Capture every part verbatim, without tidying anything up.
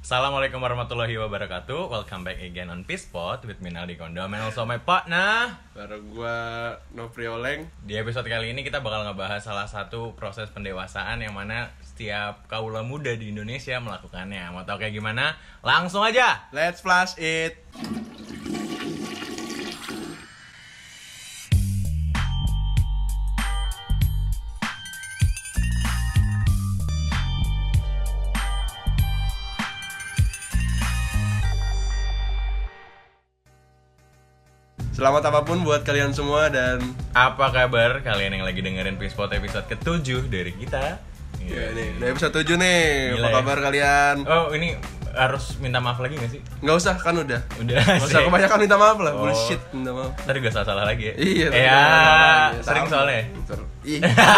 Assalamualaikum warahmatullahi wabarakatuh. Welcome back again on Peacepot with me Naldi Kondom and also my partner bareng gua Nopri Oleng. Di episode kali ini kita bakal ngebahas salah satu proses pendewasaan yang mana setiap kaula muda di Indonesia melakukannya. Mau tau kayak gimana? Langsung aja. Let's flash it. Selamat apapun buat kalian semua dan apa kabar kalian yang lagi dengerin Peacepot episode ketujuh dari kita? Ya nih, udah episode tujuh nih. Gila, apa kabar ya? kalian? Oh, ini harus minta maaf lagi gak sih? Nggak usah, kan udah. Udah. Nggak usah kebanyakan minta maaf lah. Oh. Bullshit, minta maaf. Tadi gak salah-salah lagi ya? Iya. Ya, lagi. sering Sama. soalnya. Ih.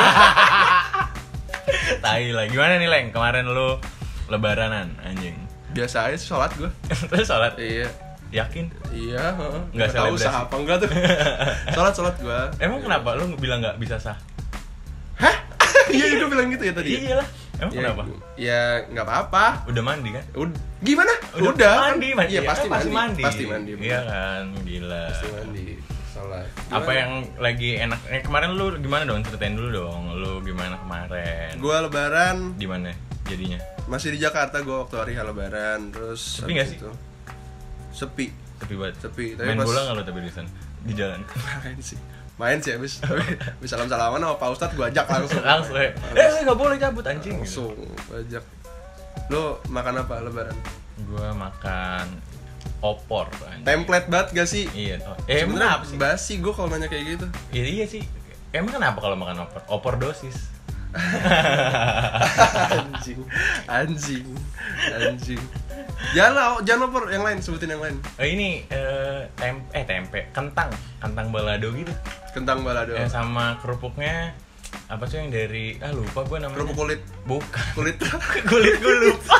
Tai lah. Gimana nih, Leng? Kemarin lu lebaranan, anjing. Biasa aja sih sholat gua. Terus sholat? Iya. Yakin? Iya, heeh. Nggak tahu selebrasi. sah apa enggak tuh. Sholat-sholat gua. Emang kenapa? Lu bilang gak bisa sah? Hah? Iya, udah bilang gitu ya tadi. Iya lah. Emang Ya, kenapa? Ya nggak apa-apa. Udah mandi kan? Udah. Gimana? Udah, mandi, mandi. Iya, Ya, pasti, pasti mandi. mandi. Pasti mandi. Iya kan, gila. Pasti mandi. Sholat. Apa yang lagi enak? Eh, kemarin lu gimana dong? Ceritain dulu dong. Lu gimana kemarin? Gua lebaran Di mana jadinya? masih di Jakarta gua waktu hari lebaran terus Sepi habis nggak sih? itu, Sepi. Sepi banget. Sepi. Tapi Main pas bola nggak lu tapi di sana? Di jalan? main sih. Main sih habis habis salam-salaman sama Pak Ustadz gua ajak langsung. Langsung ya. Eh, nggak boleh cabut anjing. Gitu. Langsung ajak. Lo makan apa lebaran? Gua makan opor anjing. Template banget gak sih? Iya. Oh. Eh, emang Sebenarnya apa sih? basi gua kalau nanya kayak gitu. Iya, iya sih. Emang kenapa kalau makan opor? Opor dosis. anjing, anjing, anjing. Jangan lah, jangan opor yang lain, sebutin yang lain. Oh, ini eh tempe, eh tempe, kentang, kentang balado gitu. Kentang balado. Eh, sama kerupuknya apa sih yang dari ah lupa gue namanya. Kerupuk kulit. Bukan. Kulit. Kulit gue lupa.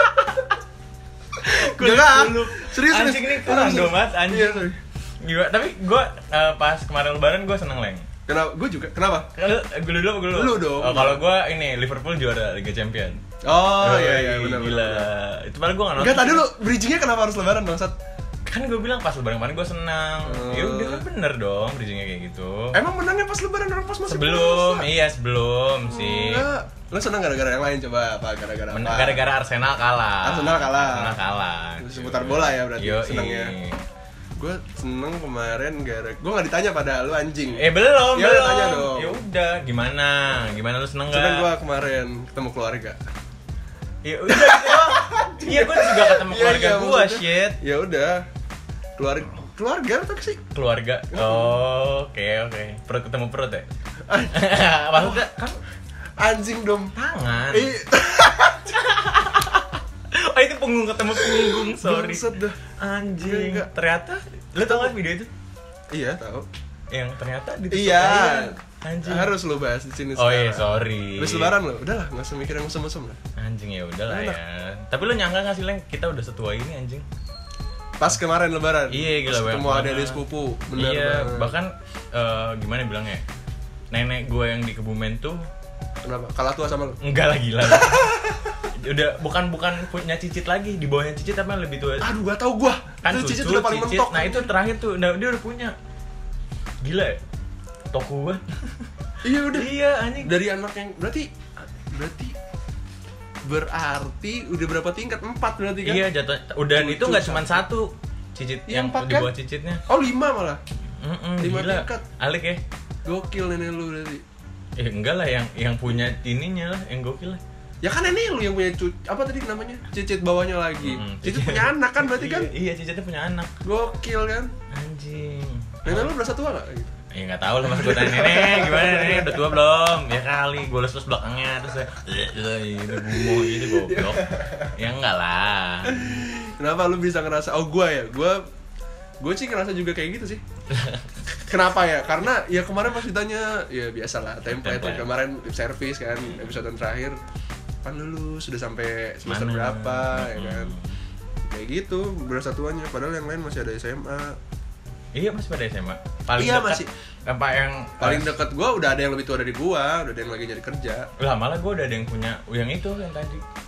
Kulit Enggak. gue lupa. Serius, Anjing serius. ini kurang Serius. dong mas, anjing. Iya, sorry. Gila, tapi gue eh, pas kemarin lebaran gue seneng Leng. Kenapa? Gue juga. Kenapa? Kalau gue dulu apa gue dulu? Lu dong. Oh, kalau gue ini Liverpool juara Liga Champion. Oh, iya iya Yoi, benar. Gila. benar. Itu padahal gue nggak nonton. Enggak, tadi lu bridgingnya kenapa harus lebaran bangsat? Kan gue bilang pas lebaran kemarin gue senang. Hmm. Ya udah kan bener dong bridgingnya kayak gitu. Emang menangnya pas lebaran orang pas masih Sebelum, puasa? iya sebelum sih. Enggak. Lu senang gara-gara yang lain coba apa? Gara-gara apa? Men- Gara-gara Arsenal kalah. Arsenal kalah. Arsenal kalah. Seputar bola ya berarti Yoi. senangnya. Gue seneng kemarin gara gue nggak ditanya pada lu anjing. Eh belum, Ya udah belum. tanya dong. Ya udah, gimana? Gimana lu seneng Seneng gak? gue kemarin ketemu keluarga. Ya udah gitu doang. Iya, gue juga ketemu Iya, keluarga iya, gue, maksudnya. shit. Ya udah. Keluarga keluarga apa sih? Keluarga. Oh, oke oke. Perut ketemu perut ya? Maksudnya kan Anjing dong. tangan. Eh, Oh, itu punggung ketemu punggung, sorry. bangsat dah. Anjing. Enggak. Ternyata lu tau gak video itu? Iya, tahu. Yang ternyata ditusuk Iya. ayam. Anjing. Harus lu bahas di sini Oh iya, sekarang. sorry. Habis lebaran lo, udahlah, enggak usah mikir yang mesem-mesem lah. Anjing ya udahlah Enak. ya. Tapi lu nyangka gak sih, Leng, kita udah setua ini anjing? Pas kemarin lebaran. Iya, gila, Pas ketemu banyak adik-adik banget. sepupu. Bener Iya, banget. bahkan eh, gimana bilangnya? Nenek gue yang di Kebumen tuh Kenapa? Kalah tua sama lu? enggak lah, gila. Udah bukan bukan punya cicit lagi, di bawahnya cicit apa yang lebih tua? Aduh, gak tau gua. Kan Itu cucu, cicit udah paling cicit. mentok. Nah, itu terakhir tuh. Nah, dia udah punya. Gila ya? Toko gue. Iya udah. Iya, anjing. Dari anak yang berarti berarti berarti udah berapa tingkat? Empat berarti kan? Iya, jatuh. Udah Cucu itu enggak cuma satu. satu cicit Iya, yang empat di kan? bawah cicitnya. Oh, lima malah. Mm-mm, Lima gila. tingkat. Alik ya? Gokil nenek lu berarti. Eh enggak lah, yang yang punya ininya lah, yang gokil lah. Ya kan nenek lu yang punya cucu, apa tadi namanya? Cicit bawahnya lagi. Mm-mm. Cicit punya anak kan berarti kan? Iya, iya, cicitnya punya anak. Gokil kan? Anjing. Nenek lu berasa tua gak? Gitu. Ya nggak tahu lah, mas gue tanya nenek gimana nenek udah tua belum? Ya kali gue les-les belakangnya terus ya itu gumoh gitu goblok. Ya enggak lah. Kenapa lu bisa ngerasa? Oh gua ya, gua gue sih ngerasa juga kayak gitu sih. Kenapa ya? Karena ya kemarin pas ditanya, ya biasalah template, Template. kemarin lip service kan, episode yang terakhir kan lulus sudah sampai semester Mana? berapa ya kan, Hmm. kayak gitu berasa tuanya, padahal yang lain masih ada S M A. Iya, masih pada S M A. Paling Iya, dekat masih. apa yang Paling dekat gue udah ada yang lebih tua dari gue, udah ada yang lagi nyari kerja. lah, malah gue udah ada yang punya yang itu yang tadi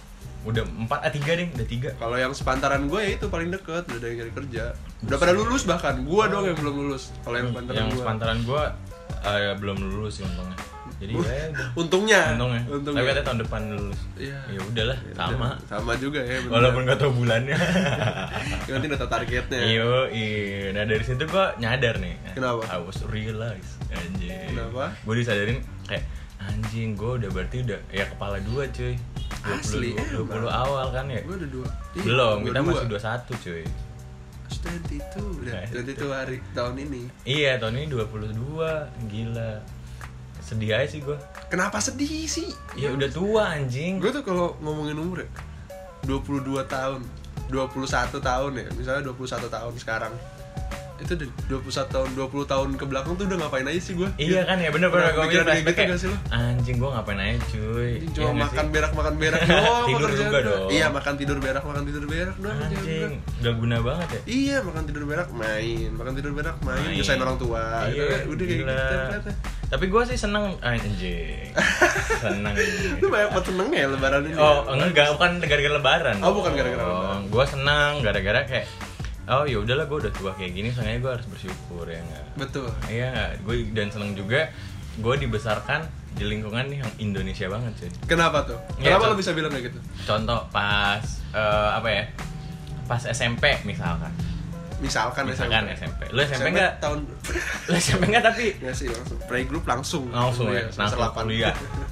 Udah empat, ah tiga deh, udah tiga. Kalau yang sepantaran gue ya itu paling deket, udah ada yang nyari kerja. Udah pada lulus bahkan, gue doang yang belum lulus. Kalau yang sepantaran Yang gue. sepantaran gue uh, belum lulus sih untungnya. Jadi ya untungnya. untungnya. Untungnya. Tapi katanya tahun depan lulus. Iya. Ya udahlah, sama. Sama juga ya. Bener. Walaupun gak tau bulannya. Nanti udah tahu targetnya. Iyo, iya. Nah dari situ gue nyadar nih. Kenapa? I was realize, anjing. Kenapa? Gue disadarin kayak anjing, gue udah berarti udah ya kepala dua cuy. Asli, dua puluh awal kan ya? Gue udah dua. Ih, Belum, dua kita dua. masih dua puluh satu cuy. dua puluh dua, udah dua puluh dua hari tahun ini. Iya, tahun ini dua puluh dua, gila. Sedih aja sih gue. Kenapa sedih sih? Ya udah tua anjing. Gue tuh kalau ngomongin umur ya dua puluh dua tahun, dua puluh satu tahun ya, misalnya dua puluh satu tahun sekarang. Itu udah dua puluh satu tahun, dua puluh tahun ke belakang tuh udah ngapain aja sih gue? Iya kan ya, bener-bener gue mikir kayak gitu kayak gak sih lo? anjing gue ngapain aja cuy. Cuma Iya nggak makan sih? berak makan berak doang. Tidur pekerjaan juga gue. dong. Iya, makan tidur berak makan tidur berak doang. Anjing, kerjaan gue. gak guna banget ya. Iya, makan tidur berak main, makan tidur berak main, Main. nyusahin orang tua. Iya, Gitu kan. Udah kayak gila. gitu ternyata. Tapi gue sih seneng anjing. Seneng anjing. Lu banyak banget seneng ya lebaran ini. Oh, ya? enggak, bukan gara-gara lebaran. Oh, bukan gara-gara lebaran. Gue senang gara-gara kayak oh ya udahlah gue udah tua kayak gini, soalnya gue harus bersyukur ya enggak. Betul. Iya nggak, gue dan seneng juga gue dibesarkan di lingkungan nih yang Indonesia banget cuy. Kenapa tuh? Ya, Kenapa contoh- lo bisa bilang kayak gitu? Contoh pas eh, apa ya? Pas S M P misalkan. Misalkan, Misalkan S M P. Lu S M P S M P enggak? tahun Lu S M P enggak tapi ya sih langsung playgroup langsung. langsung ya, semester langsung delapan. kuliah.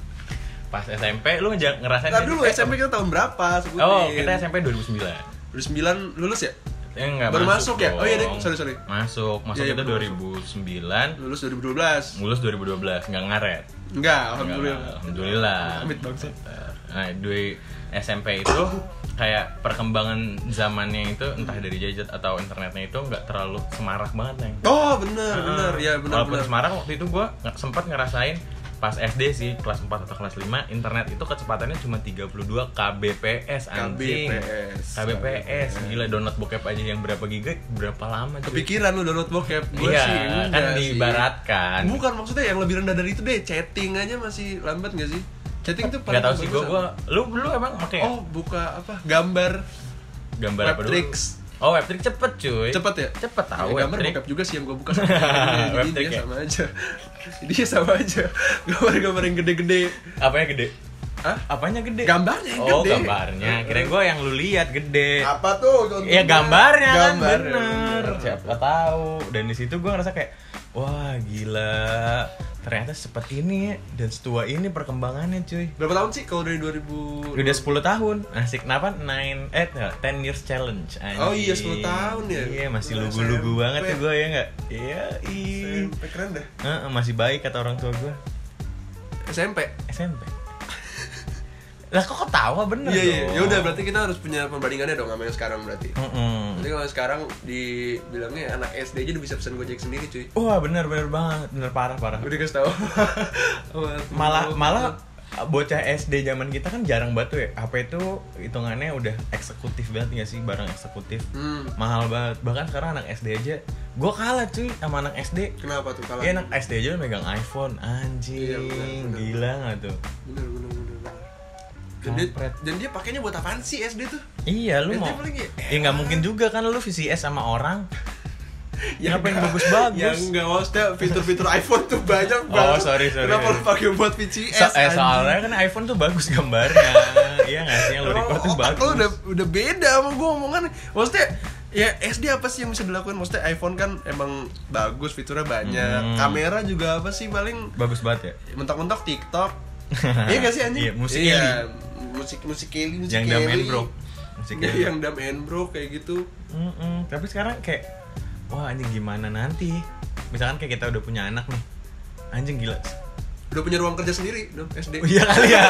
Pas S M P lu ngeja- ngerasain Nah nggak dulu sih? S M P kita tahun berapa? Sebutin. Oh, kita S M P dua ribu sembilan. dua ribu sembilan lulus ya? Ya enggak Baru masuk ya? dong. Oh iya deh, sorry, sorry. Masuk, masuk Iya, iya, itu baru dua ribu sembilan, Lulus dua ribu dua belas. lulus dua ribu dua belas, enggak ngaret. Enggak, Enggak, alhamdulillah. alhamdulillah. Amit bangsa. Nah, di S M P itu kayak perkembangan zamannya itu entah dari gadget atau internetnya itu nggak terlalu semarak banget Neng. Oh, bener, bener. Ya, bener, Walaupun bener. semarak waktu itu gue sempat ngerasain pas S D sih, kelas empat atau kelas lima, internet itu kecepatannya cuma tiga puluh dua K B P S anjing. K B P S. K B P S, gila download bokep aja yang berapa giga berapa lama cuy. Kepikiran lu download bokep? Gua Iya, sih kan enggak sih. diibaratkan. Bukan, maksudnya yang lebih rendah dari itu deh. Chatting aja masih lambat nggak sih? Chatting tuh Nggak tahu sih gue, bagus gue apa? lu lu emang pakai Oh, buka apa? Gambar gambar apa dulu? Webtrix. Oh, Webtrix cepet cuy. Cepet ya? Cepet tahu Ya, gambar Webtrix. bokep juga sih yang gua buka sama jadi Webtrix dia ya? sama aja. Dia sama aja. Gambar-gambar yang gede-gede. Apanya gede? Hah? Apanya gede? Gambarnya yang Oh, gede. gambarnya. Kirain gue yang lu lihat gede. Apa tuh contohnya? Iya gambarnya kan Gambar, bener. bener. Siapa tahu. Dan di situ gue ngerasa kayak wah gila. Ternyata secepat ini ya, dan setua ini perkembangannya cuy. Berapa tahun sih kalau dari dua ribu? Udah sepuluh tahun. Asik kenapa? nine eh ten years challenge. Anjing. Oh iya, sepuluh tahun ya. Iya, masih Udah lugu-lugu S M P. banget tuh gue ya enggak? Iya, ih. S M P keren dah. Heeh, masih baik kata orang tua gue. S M P. S M P. Lah kok ketawa bener Iya iya. dong. Ya udah berarti kita harus punya perbandingannya dong sama yang sekarang berarti. Mm-mm. Jadi kalau sekarang dibilangnya anak S D aja udah bisa pesen Gojek sendiri cuy. Wah bener bener banget, bener parah parah. Udah kasih tahu. Malah malah bocah S D zaman kita kan jarang banget tuh ya. H P itu hitungannya udah eksekutif banget nggak sih, barang eksekutif. Hmm. Mahal banget. Bahkan sekarang anak S D aja, gue kalah cuy sama anak S D. Kenapa tuh kalau? Ya anak S D aja megang iPhone, anjing, Iya, bener, bener. gila nggak tuh? Bener bener bener. Dan dia, Kampret. dan dia pakainya buat apaan sih S D tuh? Iya lu S D mau? paling ya, Ya nggak mungkin juga kan lu V C S sama orang. Ya Ngapain enggak. bagus-bagus? Ya enggak, maksudnya fitur-fitur iPhone tuh banyak Oh, banget. sorry, sorry. Kenapa lu pakai buat V C S? So, eh, anjing? soalnya kan iPhone tuh bagus gambarnya. Iya nggak sih, yang lu record tuh Otak bagus. lu udah udah beda sama gua omongan. Maksudnya ya S D apa sih yang bisa dilakukan? Maksudnya iPhone kan emang bagus, fiturnya banyak. Hmm. Kamera juga apa sih paling Bagus banget ya. mentok-mentok TikTok. Iya gak sih anjing? Iya, musik iya, Kelly. musik musik Kelly, musik Yang Kelly. Dumb and Broke. Musik Iya, Kelly. yang Dumb and Broke kayak gitu. Mm-mm. Tapi sekarang kayak wah anjing gimana nanti? Misalkan kayak kita udah punya anak nih. Anjing gila. Udah punya ruang kerja sendiri dong S D. Oh, iya kali ya.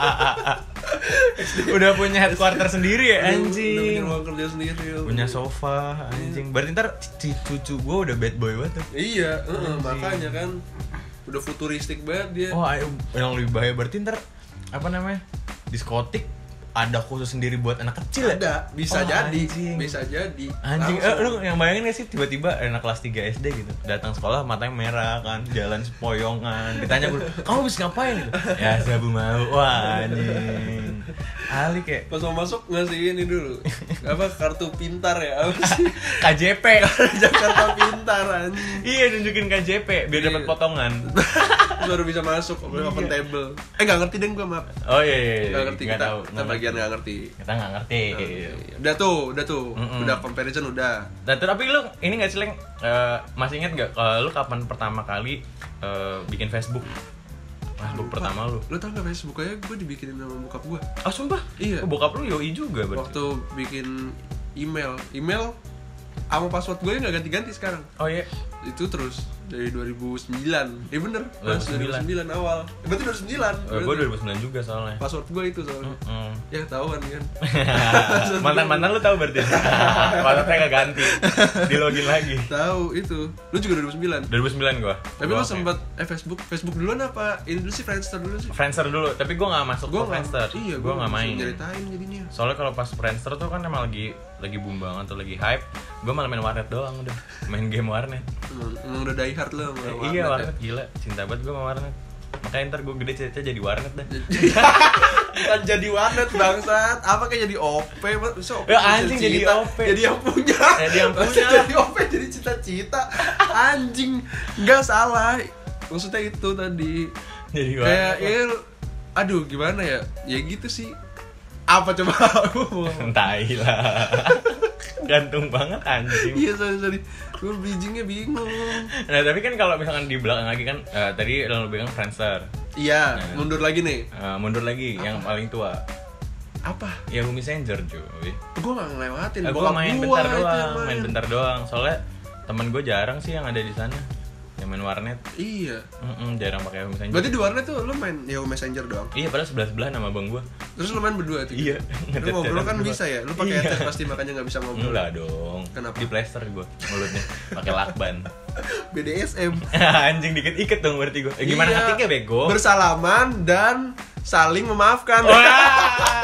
Udah punya headquarter sendiri ya Udah- Udah punya anjing. ruang kerja sendiri. Punya sofa anjing. Berarti ntar c- cucu gue udah bad boy banget tuh. Iya, heeh, Anjing. makanya kan udah futuristik banget dia. Oh, ayo, yang lebih bahaya berarti ntar apa namanya? Diskotik ada khusus sendiri buat anak kecil ya? Ada, bisa Oh, jadi, anjing. bisa jadi. Anjing, eh, Langsung. lu yang bayangin gak sih tiba-tiba anak kelas tiga S D gitu datang sekolah matanya merah kan, jalan sepoyongan, ditanya guru, kamu bisa ngapain gitu? Ya sabu mau, wah anjing. Ali kayak Pas mau masuk ngasih ini dulu. Apa kartu pintar ya? Apa sih? K J P. Jakarta Pintar anjing. Iya, nunjukin K J P biar dapat Iya. potongan. Baru bisa masuk, baru open table. Eh nggak ngerti deh gue maaf. Oh iya iya, iya. Nggak ngerti Nggak kita. tahu. Kita nggak bagian ngerti. nggak ngerti. Kita nggak ngerti. Udah tuh, udah tuh. Mm-mm. Udah comparison udah. Dan tapi lu ini nggak sih Leng, Eh, masih inget nggak kalau lu kapan pertama kali eh, bikin Facebook? Facebook Lupa. pertama lu? Lu tau gak Facebook aja gue dibikinin sama bokap gue. Ah sumpah? Iya. Oh, bokap lu yoi juga berarti. Waktu bikin email, email sama password gue nggak ganti-ganti sekarang. Oh iya. Itu terus dari dua ribu sembilan. Eh bener, dua ribu pas dua ribu sembilan awal. Eh, berarti dua ribu sembilan. Eh, gue dua ribu sembilan juga soalnya. Password gue itu soalnya. Mm. Ya tahuan kan. Mantan-mantan lu tahu berarti? Passwordnya nggak ganti, di login lagi. Tahu itu. Lu juga dua ribu sembilan. dua ribu sembilan gua. Tapi Gua lu oke. sempet eh Facebook, Facebook duluan apa? Ini dulu sih Friendster dulu sih. Friendster dulu, tapi gua nggak masuk Gua ke Friendster. Iya, gua nggak main. Nyeritain jadinya. Soalnya kalau pas Friendster tuh kan emang lagi lagi boom banget tuh, lagi hype. Gua malah main warnet doang udah. Main game warnet. Emang, emang udah die hard lo sama Eh, warnet iya ya. warnet gila, cinta banget gua sama warnet. Makanya ntar gua gede cita jadi warnet dah. Bukan jadi warnet bangsat, apa kayak jadi O P? Masa O P Ya, jadi anjing, jadi cita-cita? O P. Jadi yang punya. Jadi yang Masa punya. jadi O P jadi cita-cita. Anjing, nggak salah. Maksudnya itu tadi. Jadi Kayak warnet. ya, aduh gimana ya? Ya gitu sih. Apa coba? Entai lah. Gantung banget anjing. Iya sorry sorry, gue bridgingnya bingung. Nah tapi kan kalau misalkan di belakang lagi kan, eh, tadi lo bilang Friendster. Iya, Nah. mundur lagi nih. Eh, mundur lagi yang paling tua. Apa? Ya Bumi Messenger cuy. Gue gak ngelewatin. Eh, gue Bokap main gua bentar itu yang doang, main bentar doang. Soalnya temen gue jarang sih yang ada di sana yang main warnet. Iya. Mm-mm, jarang pakai Messenger. Berarti di warnet tuh lu main Yahoo Messenger doang. Iya, padahal sebelah sebelah nama bang gue. Terus lu main berdua tuh. Iya. Lu ngobrol kan bisa ya? Lu pakai Iya. headset pasti makanya gak bisa ngobrol. Enggak dong. Kenapa? Di plaster gue mulutnya pakai lakban. B D S M. Anjing dikit iket dong berarti gue. Eh, gimana Iya. hatinya bego? Bersalaman dan saling memaafkan. Wah.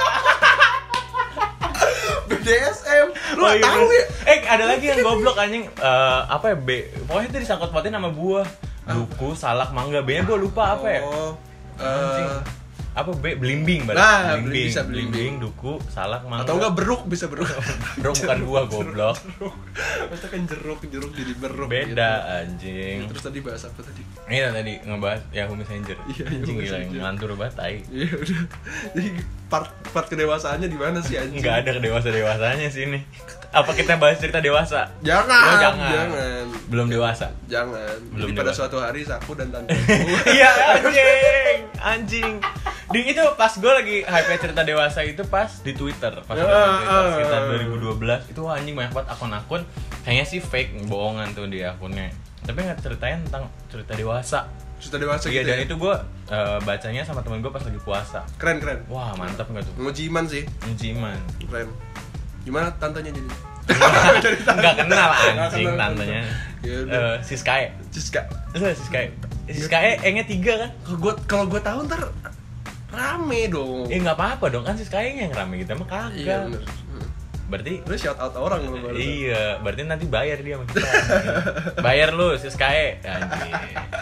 B D S M. Lu Oh, gak iya, tahu bener. ya? Eh ada lagi yang goblok anjing. Eh, apa ya B? Pokoknya itu disangkut pautin sama buah. Duku, salak, mangga. B-nya gue lupa apa ya. Oh. Anjing. eh, Apa B? Belimbing berarti. Nah, belimbing. bisa belimbing. duku, salak, mangga. atau enggak beruk bisa beruk. Bro bukan buah goblok. Maksudnya kan jeruk, jeruk jadi beruk. Beda gitu. anjing. Terus tadi bahas apa tadi? Ini tadi ngebahas Yahoo Messenger. Iya, Anjing Yahoo gila Messenger. ngantur banget tai. Iya udah. Jadi part part kedewasaannya di mana sih anjing? Enggak ada kedewasa-dewasanya sih ini. Apa kita bahas cerita dewasa? Jangan, Oh, jangan. jangan. Belum dewasa. Jangan. Belum Jadi pada dewasa. suatu hari Saku dan Tante. Iya anjing, anjing. Di itu pas gue lagi hype cerita dewasa itu pas di Twitter, pas Ya, di Twitter ah. sekitar dua ribu dua belas itu wah, anjing banyak banget akun-akun kayaknya sih fake, bohongan tuh di akunnya. Tapi nggak ceritain tentang cerita dewasa. Cerita dewasa Iya gitu. dan ya? itu gue uh, bacanya sama temen gue pas lagi puasa. Keren keren. Wah mantap nggak tuh? Ngujiman sih, Mujiman. keren. Gimana tantenya jadi? Nggak kenal anjing kenal. tantenya. Ya udah. Eh, Siskae. Ciska. Terus Siskae. Siskae E-nya tiga kan? Kalau gua kalau gua tahu ntar rame dong. Eh nggak apa-apa dong kan Siskae yang rame kita mah kagak. Iya bener. Hmm. Berarti Lu shout out orang lu baru. iya, berarti nanti bayar dia sama kita. Bayar lu Siskae anjing.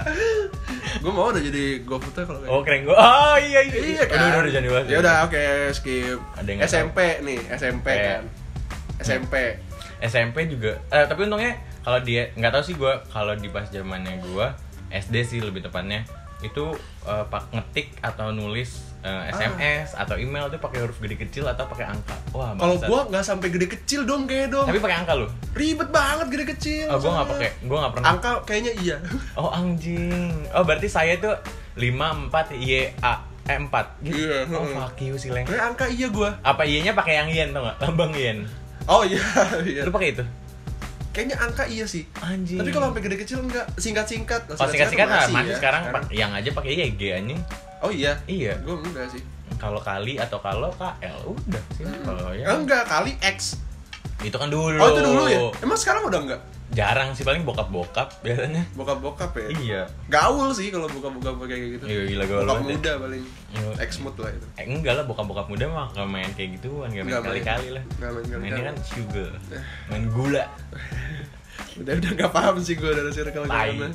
Gua mau udah jadi GoFood kalau kayak Oh keren gua. Oh iya iya. Iya kan? Udah udah, udah jangan dibahas. Ya udah oke skip. Ada yang nggak S M P nih, S M P Eh. kan. S M P. S M P juga. Eh tapi untungnya kalau dia nggak tahu sih gua kalau di pas zamannya gua S D sih lebih tepatnya itu eh, pak ngetik atau nulis eh, S M S atau email tuh pakai huruf gede kecil atau pakai angka. Wah, Kalau bangsat. gua nggak sampai gede kecil dong kayak dong. Tapi pakai angka lu. Ribet banget gede kecil. Oh, gua nggak soalnya. pakai. Gua nggak pernah. Angka kayaknya iya. Oh, anjing. Oh, berarti saya tuh lima empat Y A eh empat gitu. Iya, Oh, heeh. fuck you sih, Leng. Kayak angka iya gua. Apa Y-nya pakai yang yen tau enggak? Lambang yen. Oh iya, iya. Lu pakai itu? Kayaknya angka iya sih. Anjing. Tapi kalau sampai gede kecil enggak, singkat-singkat. oh, singkat-singkat masih, masih ya, sekarang pak yang aja pakai Y G anjing. Oh iya. Iya. Gua enggak sih. Kalau kali atau kalau K L udah sih. Kalau ya. Enggak, kali X. Itu kan dulu. Oh itu dulu ya? Emang sekarang udah enggak? jarang sih, paling bokap-bokap biasanya. Bokap-bokap ya? Iya. Gaul sih kalau bokap-bokap kayak gitu. Iya, gila gaul Bokap banget. muda paling. Iya. Ex-mood lah itu. Eh, enggak lah, bokap-bokap muda mah gak main kayak gituan, gak main Nggak main. kali-kali lah. Nggak main kali-kali. Mainnya kan sugar, main gula. Udah udah enggak paham sih gue dari circle Tai. mana.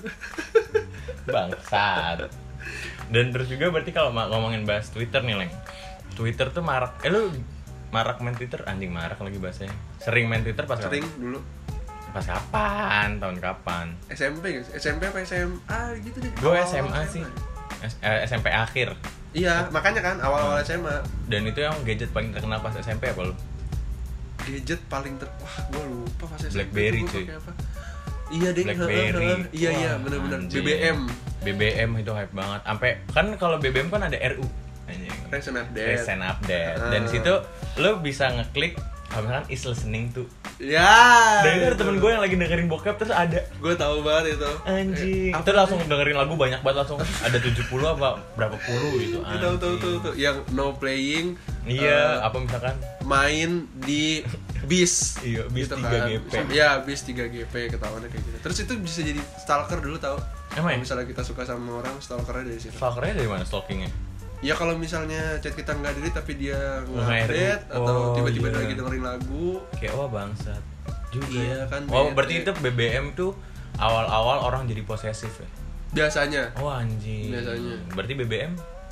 Bangsat. Dan terus juga berarti kalau ma- ngomongin bahas Twitter nih, Leng. Twitter tuh marak. Eh lu marak main Twitter? Anjing marak lagi bahasanya. Sering main Twitter pas Sering kapan? dulu. Pas kapan? Tahun kapan? S M P guys, S M P apa S M A gitu deh. Gue Awal-awal S M A sih. S- eh, S M P akhir. Iya, makanya kan awal-awal S M A. Dan itu yang gadget paling terkenal pas S M P apa lu? Gadget paling ter wah gue lupa pas S M P Blackberry, tuh gua cuy. pakai apa. Iya deh, Blackberry. iya iya Wah, benar-benar B anjing. B M. B B M itu hype banget. Sampai kan kalau B B M kan ada R U. Anjing. Recent update. Recent update. Ah. Dan situ lo bisa ngeklik kalau misalkan is listening to. Ya. Dan itu ada temen gue yang lagi dengerin bokep terus ada Gue tahu banget itu. anjing. Eh, Itu langsung dengerin lagu banyak banget langsung. Ada tujuh puluh apa berapa puluh gitu. Iya, tahu tahu tahu tahu yang no playing. Iya, eh, apa misalkan main di bis. Iya, bis Gitu tiga kan. G P. Iya, bis tiga G P ketahuannya kayak gitu. Terus itu bisa jadi stalker dulu tahu. Emang ya? Kalau misalnya kita suka sama orang, stalkernya dari situ. stalkernya dari mana stalkingnya? Ya kalau misalnya chat kita nggak delete tapi dia Nge-R U. nge-update atau Oh, tiba-tiba iya. lagi dengerin lagu. Kayak wah bangsat juga. Iya kan, Oh, bete. berarti itu B B M tuh awal-awal orang jadi posesif ya? Biasanya Oh anjing. Biasanya. Berarti B B M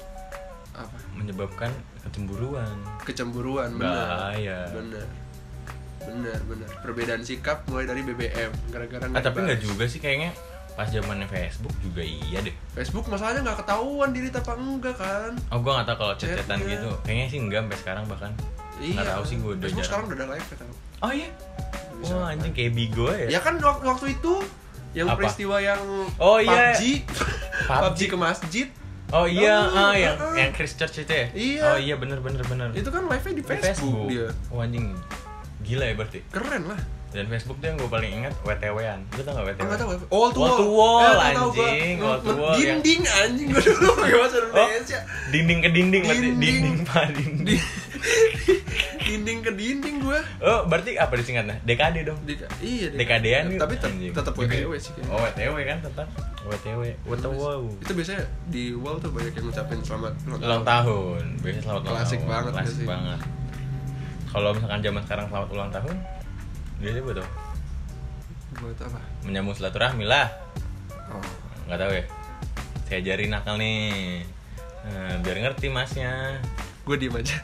apa? menyebabkan kecemburuan. Kecemburuan, benar. Bahaya. Benar. Benar, benar. Perbedaan sikap mulai dari B B M gara-gara Ah, tapi dibahas. nggak juga sih kayaknya pas zamannya Facebook juga iya deh. Facebook masalahnya nggak ketahuan diri apa enggak kan? Oh gue nggak tahu kalau chat-chatan Chatnya. gitu. Kayaknya sih enggak sampai sekarang bahkan. Nggak tahu sih gue udah Facebook jarang. sekarang udah ada live ya tahu. Oh iya. Bisa Wah anjing kayak bigo ya. Ya kan waktu, waktu itu yang Apa? peristiwa yang Oh, iya. P U B G P U B G. P U B G ke masjid Oh iya, Oh, ah yang ah. yang Christchurch itu ya. Iya. Oh iya bener bener bener. itu kan live-nya di Di Facebook, dia. Oh anjing. Gila ya berarti. Keren lah. Dan Facebook tuh yang gue paling ingat W T W-an. Lu tau gak W T W? Oh, nggak tahu. Wall to Wall wall. to wall, Eh, nggak tahu gua. anjing. Wall to wall, ya. Dinding anjing gua dulu pakai bahasa Oh, Indonesia. dinding ke dinding berarti. Dinding. Dinding pak dinding. Di- dinding ke dinding gua. Oh berarti apa disingkatnya? D K D dong. Di, iya, D K D-an gitu. tapi tet- Anjing. tetap W T W sih kayaknya. Oh W T W kan tetap. W T W. W T W. Itu biasanya di wall tuh banyak yang ngucapin selamat Ulang tahun. Biasanya selamat ulang Klasik tahun. banget Klasik sih. banget. Kalau misalkan zaman sekarang selamat ulang tahun, dia buat apa? Buat apa? Menyambung silaturahmi lah. Oh. Nggak tahu ya. Saya ajarin nakal nih. Nah, biar ngerti masnya. Gue diem aja.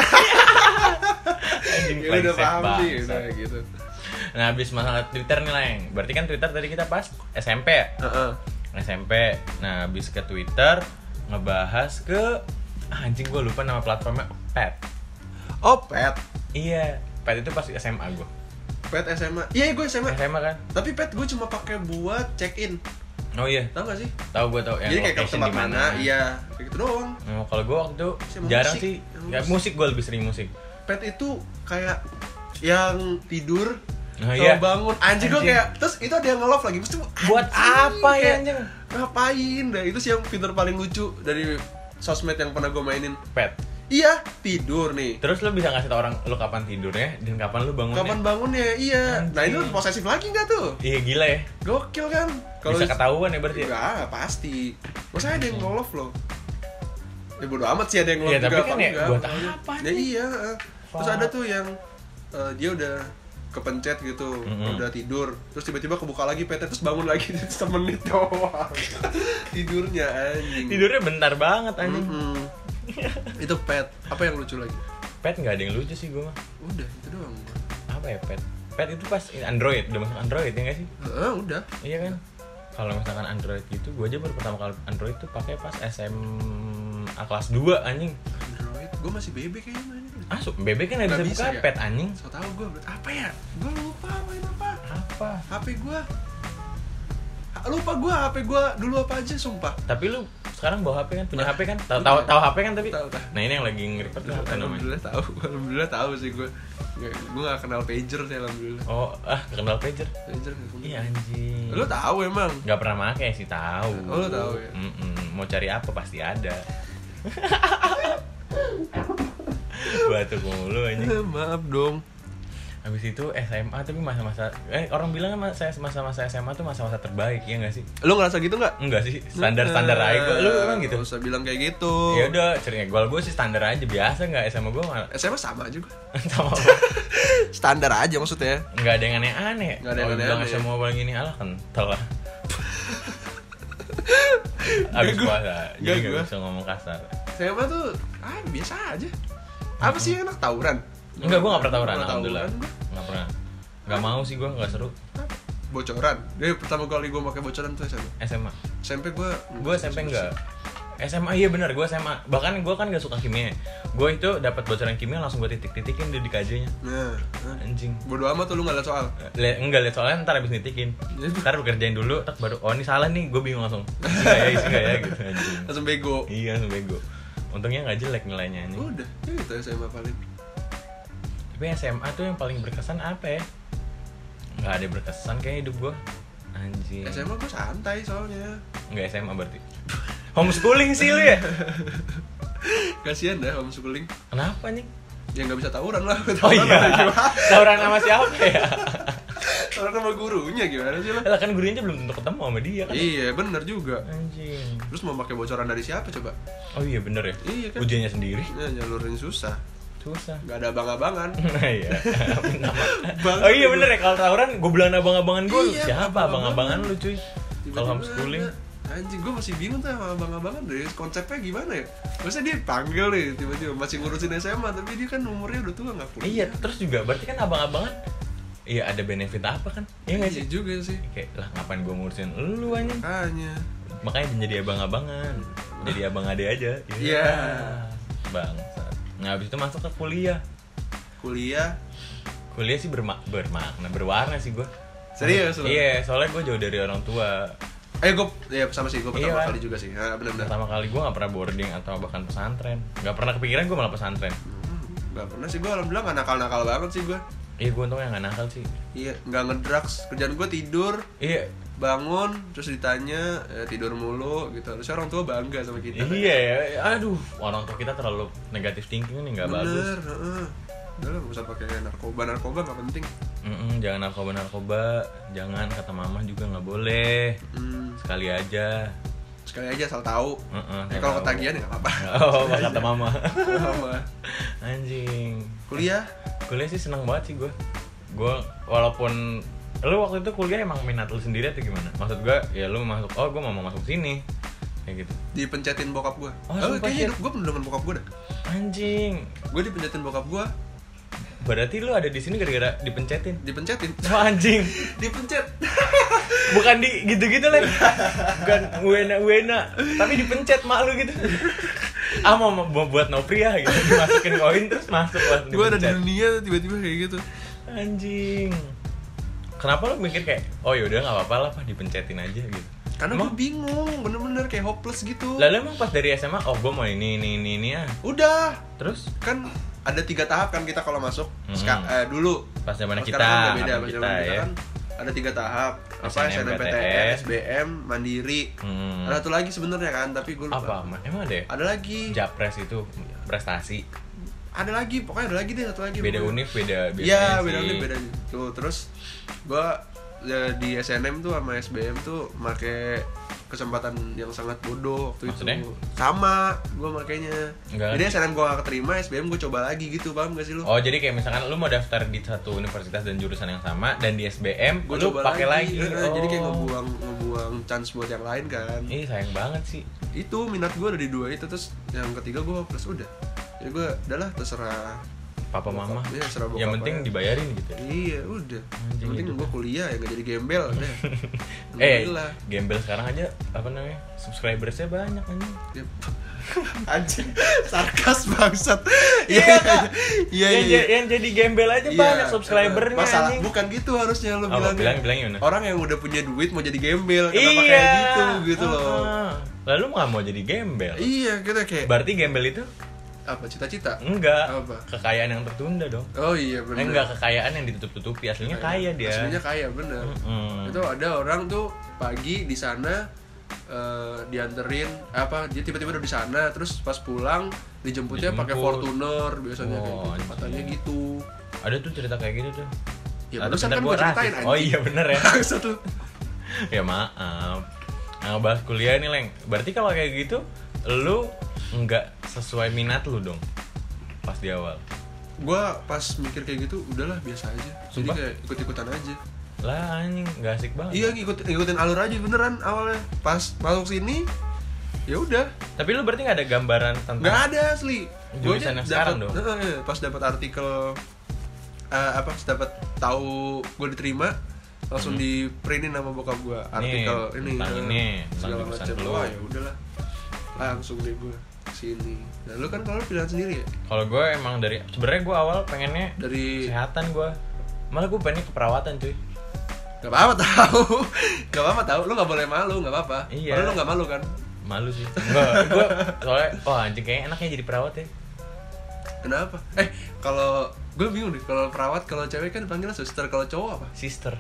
Anjing Ya udah brengsek paham sih, bangsat. udah gitu. Nah, habis masalah Twitter nih, Leng. Berarti kan Twitter tadi kita pas S M P ya? Heeh. S M P. Nah, habis ke Twitter ngebahas ke ah, anjing gue lupa nama platformnya. Pet. Oh, pet. Iya, Pet itu pas S M A gue. Pet S M A. Iya, gue S M A. S M A kan? Tapi pet gue cuma pakai buat check in. Oh iya, Tahu gak sih? tahu gue tahu yang Jadi kayak ke location tempat di mana. mana, iya, kayak gitu doang. Oh, kalau gue waktu itu Sama jarang musik. sih. Sama Ya, musik. musik gue lebih sering musik. Pet itu kayak yang tidur Oh, sama iya. bangun anjing, gue Anjing. kayak terus itu ada yang nge-love lagi mesti Buat apa ya, kayak, anjing? ngapain dah, itu sih yang fitur paling lucu dari sosmed yang pernah gue mainin. Pet. Iya, tidur nih, Terus lu bisa ngasih tau orang lu kapan tidurnya dan kapan lu bangunnya. kapan bangunnya, iya. Nah Anjing. itu posesif lagi nggak tuh? Iya gila ya. Gokil kan? Bisa ketahuan ya berarti. Ya? Enggak, pasti. Masa ada yang nge-love loh? Ya bodo amat sih ada yang nge-love Iya, tapi juga kan apa ya, enggak, buat pokoknya. apa Ya nih? iya. Terus Fuck. ada tuh yang eh, dia udah kepencet gitu, Mm-mm. udah tidur, terus tiba-tiba kebuka lagi P T, terus bangun lagi semenit doang. Tidurnya anjing. Tidurnya bentar banget anjing. Mm-mm. Itu pet. Apa yang lucu lagi? Pet nggak ada yang lucu sih gue mah. Udah, itu doang. Apa ya pet? Pet itu pas Android, udah masuk Android ya nggak sih? Heeh, udah. Iya kan? Kalau misalkan Android gitu, gue aja baru pertama kali Android tuh pakai pas S M A kelas dua anjing. Android, gue masih B B kayaknya mainnya. Ah, so, B B kan nggak Nggak bisa bisa buka ya? pet anjing. So tau gue apa ya? Gue lupa main apa. Apa? H P gue lupa gue H P gue dulu apa aja sumpah. Tapi lu sekarang bawa H P kan? Punya H P kan? Tahu Punya. tahu tahu H P kan tapi? Tahu, tahu. Nah, ini yang lagi ngeripet tuh apa namanya? Alhamdulillah tahu, alhamdulillah tahu sih gue. Gue gak kenal pager sih alhamdulillah. Oh, ah kenal pager. Pager gak kenal. Iya anjing. Lo tahu emang? Nggak pernah make sih tahu. Oh, lu tahu ya? Mm-mm. Mau cari apa pasti ada. Batuk mulu anjing. Maaf dong. Habis itu S M A tapi masa-masa eh orang bilang masa masa-masa S M A tuh masa-masa terbaik, ya enggak sih? Lu ngerasa gitu nggak? Enggak sih, standar-standar aja gua. Lu emang gitu? Gak usah bilang kayak gitu. Ya udah, cerita gua gua sih standar aja biasa, enggak S M A gua malah. S M A sama juga. Sama gua. Standar aja maksudnya. Enggak ada yang aneh-aneh. Enggak ada yang aneh-aneh. aneh-aneh. S M A paling ini alah kental lah. Abis puasa, jadi gak bisa ngomong kasar. S M A tuh, ah biasa aja. Apa sih yang enak tawuran? Enggak, gua gak pernah tawuran, Pernah alhamdulillah. tawuran, Gak pernah. Gak mau sih gua, gak seru. Bocoran. Dia pertama kali gue pakai bocoran tuh S M A. S M A. S M P gue. Gue S M P enggak. S M A iya benar, gue S M A. Bahkan gue kan gak suka kimia. Gue itu dapat bocoran kimia langsung gue titik-titikin di K J-nya. Nah, Anjing. bodo amat tuh lu nggak liat soal. Le, enggak lihat soalnya ntar abis nitikin. Ntar lu kerjain dulu, tak baru oh ini salah nih, gue bingung langsung. Isi gak ya, isi gak ya gitu anjing. Langsung bego. Iya, langsung bego. Untungnya gak jelek nilainya anjing. Udah, ya gitu S M A paling. Tapi S M A tuh yang paling berkesan apa ya? Gak ada berkesan kayak hidup gue. Anjing. S M A gue santai soalnya. Enggak S M A berarti. Homeschooling sih lu ya? Kasian dah homeschooling. Kenapa nih? Ya nggak bisa tawuran lah. Oh Tawuran iya. gimana? Tawuran sama siapa ya? Tawuran sama gurunya gimana sih lah? Lah kan gurunya belum tentu ketemu sama dia kan. Iya bener juga. Anjing. Terus mau pakai bocoran dari siapa coba? Oh iya bener ya. Iya kan. Ujiannya sendiri. Ya, nyalurin susah. Susah. Gak ada abang-abangan. Nah iya. Bang- Oh iya bener ya, kalau tawuran gue bilang abang-abangan gue. Iya, Siapa abang-abangan lu cuy? Tiba-tiba Kalau homeschooling. ada. Anjing, gue masih bingung tuh sama abang-abangan deh. Konsepnya gimana ya? Maksudnya dia panggil nih, tiba-tiba masih ngurusin S M A, tapi dia kan umurnya udah tua, gak kuliah. Iya, terus juga berarti kan abang-abangan iya ada benefit apa kan? Iya nggak sih? Iya juga sih. Kayak lah ngapain gue ngurusin lu anjing? Makanya. Makanya jadi abang-abangan. Jadi abang ade aja. Iya. Bangsat. Nah, habis itu masuk ke kuliah. Kuliah. Kuliah sih berma bermakna, berwarna sih gue. Serius lu? Iya, soalnya gue jauh dari orang tua. Eh gue, ya sama sih, gue pertama Iya. kali juga sih. Nah, benar-benar. Pertama kali gue gak pernah boarding atau bahkan pesantren. Gak pernah kepikiran gue malah pesantren. Hmm, gak pernah sih gue, alhamdulillah gak nakal-nakal banget sih gue. Iya, gue untungnya gak nakal sih. Iya, gak ngedrugs. Kerjaan gue tidur, Iya. bangun, terus ditanya, eh, tidur mulu gitu. Terus orang tua bangga sama kita. Iya ya, aduh, orang tua kita terlalu negatif thinking nih, gak bagus. Bener, heeh. Udah lah, gak usah pakai narkoba. Narkoba gak penting. Mm-mm, jangan narkoba-narkoba, jangan kata mama juga nggak boleh. Hmm, Sekali aja. sekali aja asal tahu. Uh-uh, Eh, kalau ketagihan ya gak apa-apa. Oh, kata mama. Sama. Anjing. Kuliah? Kuliah sih seneng banget sih gue. Gue walaupun lu waktu itu kuliah emang minat lu sendiri atau gimana? Maksud gue ya lu masuk, oh gue mau masuk sini kayak gitu. Dipencetin bokap gue. Oh, Oh, sumpah, kayaknya shit. hidup gue penuh dengan bokap gue dah. Anjing. Gue dipencetin bokap gue. Berarti lu ada di sini gara-gara dipencetin. Dipencetin. Oh, anjing. Dipencet. Bukan di gitu-gitu lah. Bukan wena-wena, tapi dipencet mak lu gitu. Ah mau mau buat nopri ya gitu, dimasukin koin terus masuk lah. Gue ada di dunia tiba-tiba kayak gitu. Anjing. Kenapa lu mikir kayak oh yaudah nggak apa-apa lah pak dipencetin aja gitu? Karena gue Emang? bingung, bener-bener kayak hopeless gitu. Lalu emang pas dari S M A oh gue mau ini ini ini ini ya. Udah, Terus kan ada tiga tahap kan kita kalau masuk. Hmm. Ska- eh, dulu. pas zaman Kalau kita, sekarang kan udah beda, sama pas kita zaman kita ya. kan ada tiga tahap. Apa S N M P T S, S B M, Mandiri. Hmm. Ada satu lagi sebenarnya kan, tapi gue lupa. Apa? Emang ada ya? Ada lagi. Japres itu prestasi. Ada lagi, pokoknya ada lagi deh satu lagi. Beda pokoknya. univ, beda beda. Iya, beda univ, beda. Tuh, terus gua ya, di S N M tuh sama S B M tuh make kesempatan yang sangat bodoh waktu Maksudnya? itu. Sama, gua makanya. Enggak. Jadi S N M gua gak keterima, S B M gua coba lagi gitu, paham gak sih lu? Oh jadi kayak misalkan lu mau daftar di satu universitas dan jurusan yang sama dan di S B M Gua lu coba pakai lagi. lagi. Eh, Oh. Jadi kayak ngebuang ngebuang chance buat yang lain kan. Ih sayang banget sih. Itu minat gua ada di dua itu, terus yang ketiga gua plus udah. Jadi gua udahlah terserah Papa mama. Iya, serah bokap Yang penting aja. dibayarin gitu. Iya, udah. Anjing, Yang penting hidup. gua kuliah ya gak jadi gembel udah. Eh, Alhamdulillah. gembel sekarang aja apa namanya? Subscribersnya banyak anjing. Ya. Anjing, sarkas bangsat. Iya, Kak. Iya, yang, iya. ja- yang jadi gembel aja Iya, banyak subscribernya masalah anjing. bukan gitu harusnya lu Apa, bilang. bilang bilang gimana? Orang yang udah punya duit mau jadi gembel, kenapa Iya. kayak gitu gitu loh. Ah. Lalu nggak mau jadi gembel? Iya, kita kayak Berarti gembel itu apa cita-cita? enggak Apa? kekayaan yang tertunda dong. Oh iya Eh, benar. enggak kekayaan yang ditutup-tutupi, aslinya kaya dia. Aslinya kaya bener. Mm-mm. Itu ada orang tuh pagi di sana eh, dianterin apa dia tiba-tiba udah di sana terus pas pulang dijemputnya pakai Dijemput. Fortuner biasanya kayak Oh, gitu. anjing. Katanya gitu. Ada tuh cerita kayak gitu tuh. Ya Atau barusan bentar kan gua gua ceritain, rasis. Oh iya bener ya. Maksud lu. Ya maaf. Nah, bahas kuliah nih, Leng. Berarti kalau kayak gitu lu nggak sesuai minat lu dong pas di awal. Gua pas mikir kayak gitu udahlah biasa aja. Jadi Sumpah? kayak ikut-ikutan aja. Lah anjing nggak asik banget. Iya, ngikut ngikutin alur aja beneran awalnya. Pas masuk sini ya udah, Tapi lu berarti nggak ada gambaran tentang nggak ada asli. Gua jurusan aja yang sekarang dapet- dong? eh, eh, pas dapat artikel eh, apa pas dapat tahu gue diterima langsung Hmm. di printin sama bokap gue artikel ini, tentang eh, ini, tentang segala jurusan macam. lu. Wah ya udahlah, langsung deh gue sini. Nah lu kan kalau pilihan sendiri ya Kalau gue emang dari sebenarnya gue awal pengennya dari kesehatan gue, malah gue pengen keperawatan cuy. nggak apa-apa tahu, nggak apa-apa tahu, lu nggak boleh malu, nggak apa-apa. Iya. Padahal lu nggak malu kan? Malu sih. Enggak, gue soalnya oh anjing kayaknya enaknya jadi perawat ya. Kenapa? Eh kalau gue bingung deh, kalau perawat kalau cewek kan panggilnya suster, kalau cowok apa? Sister.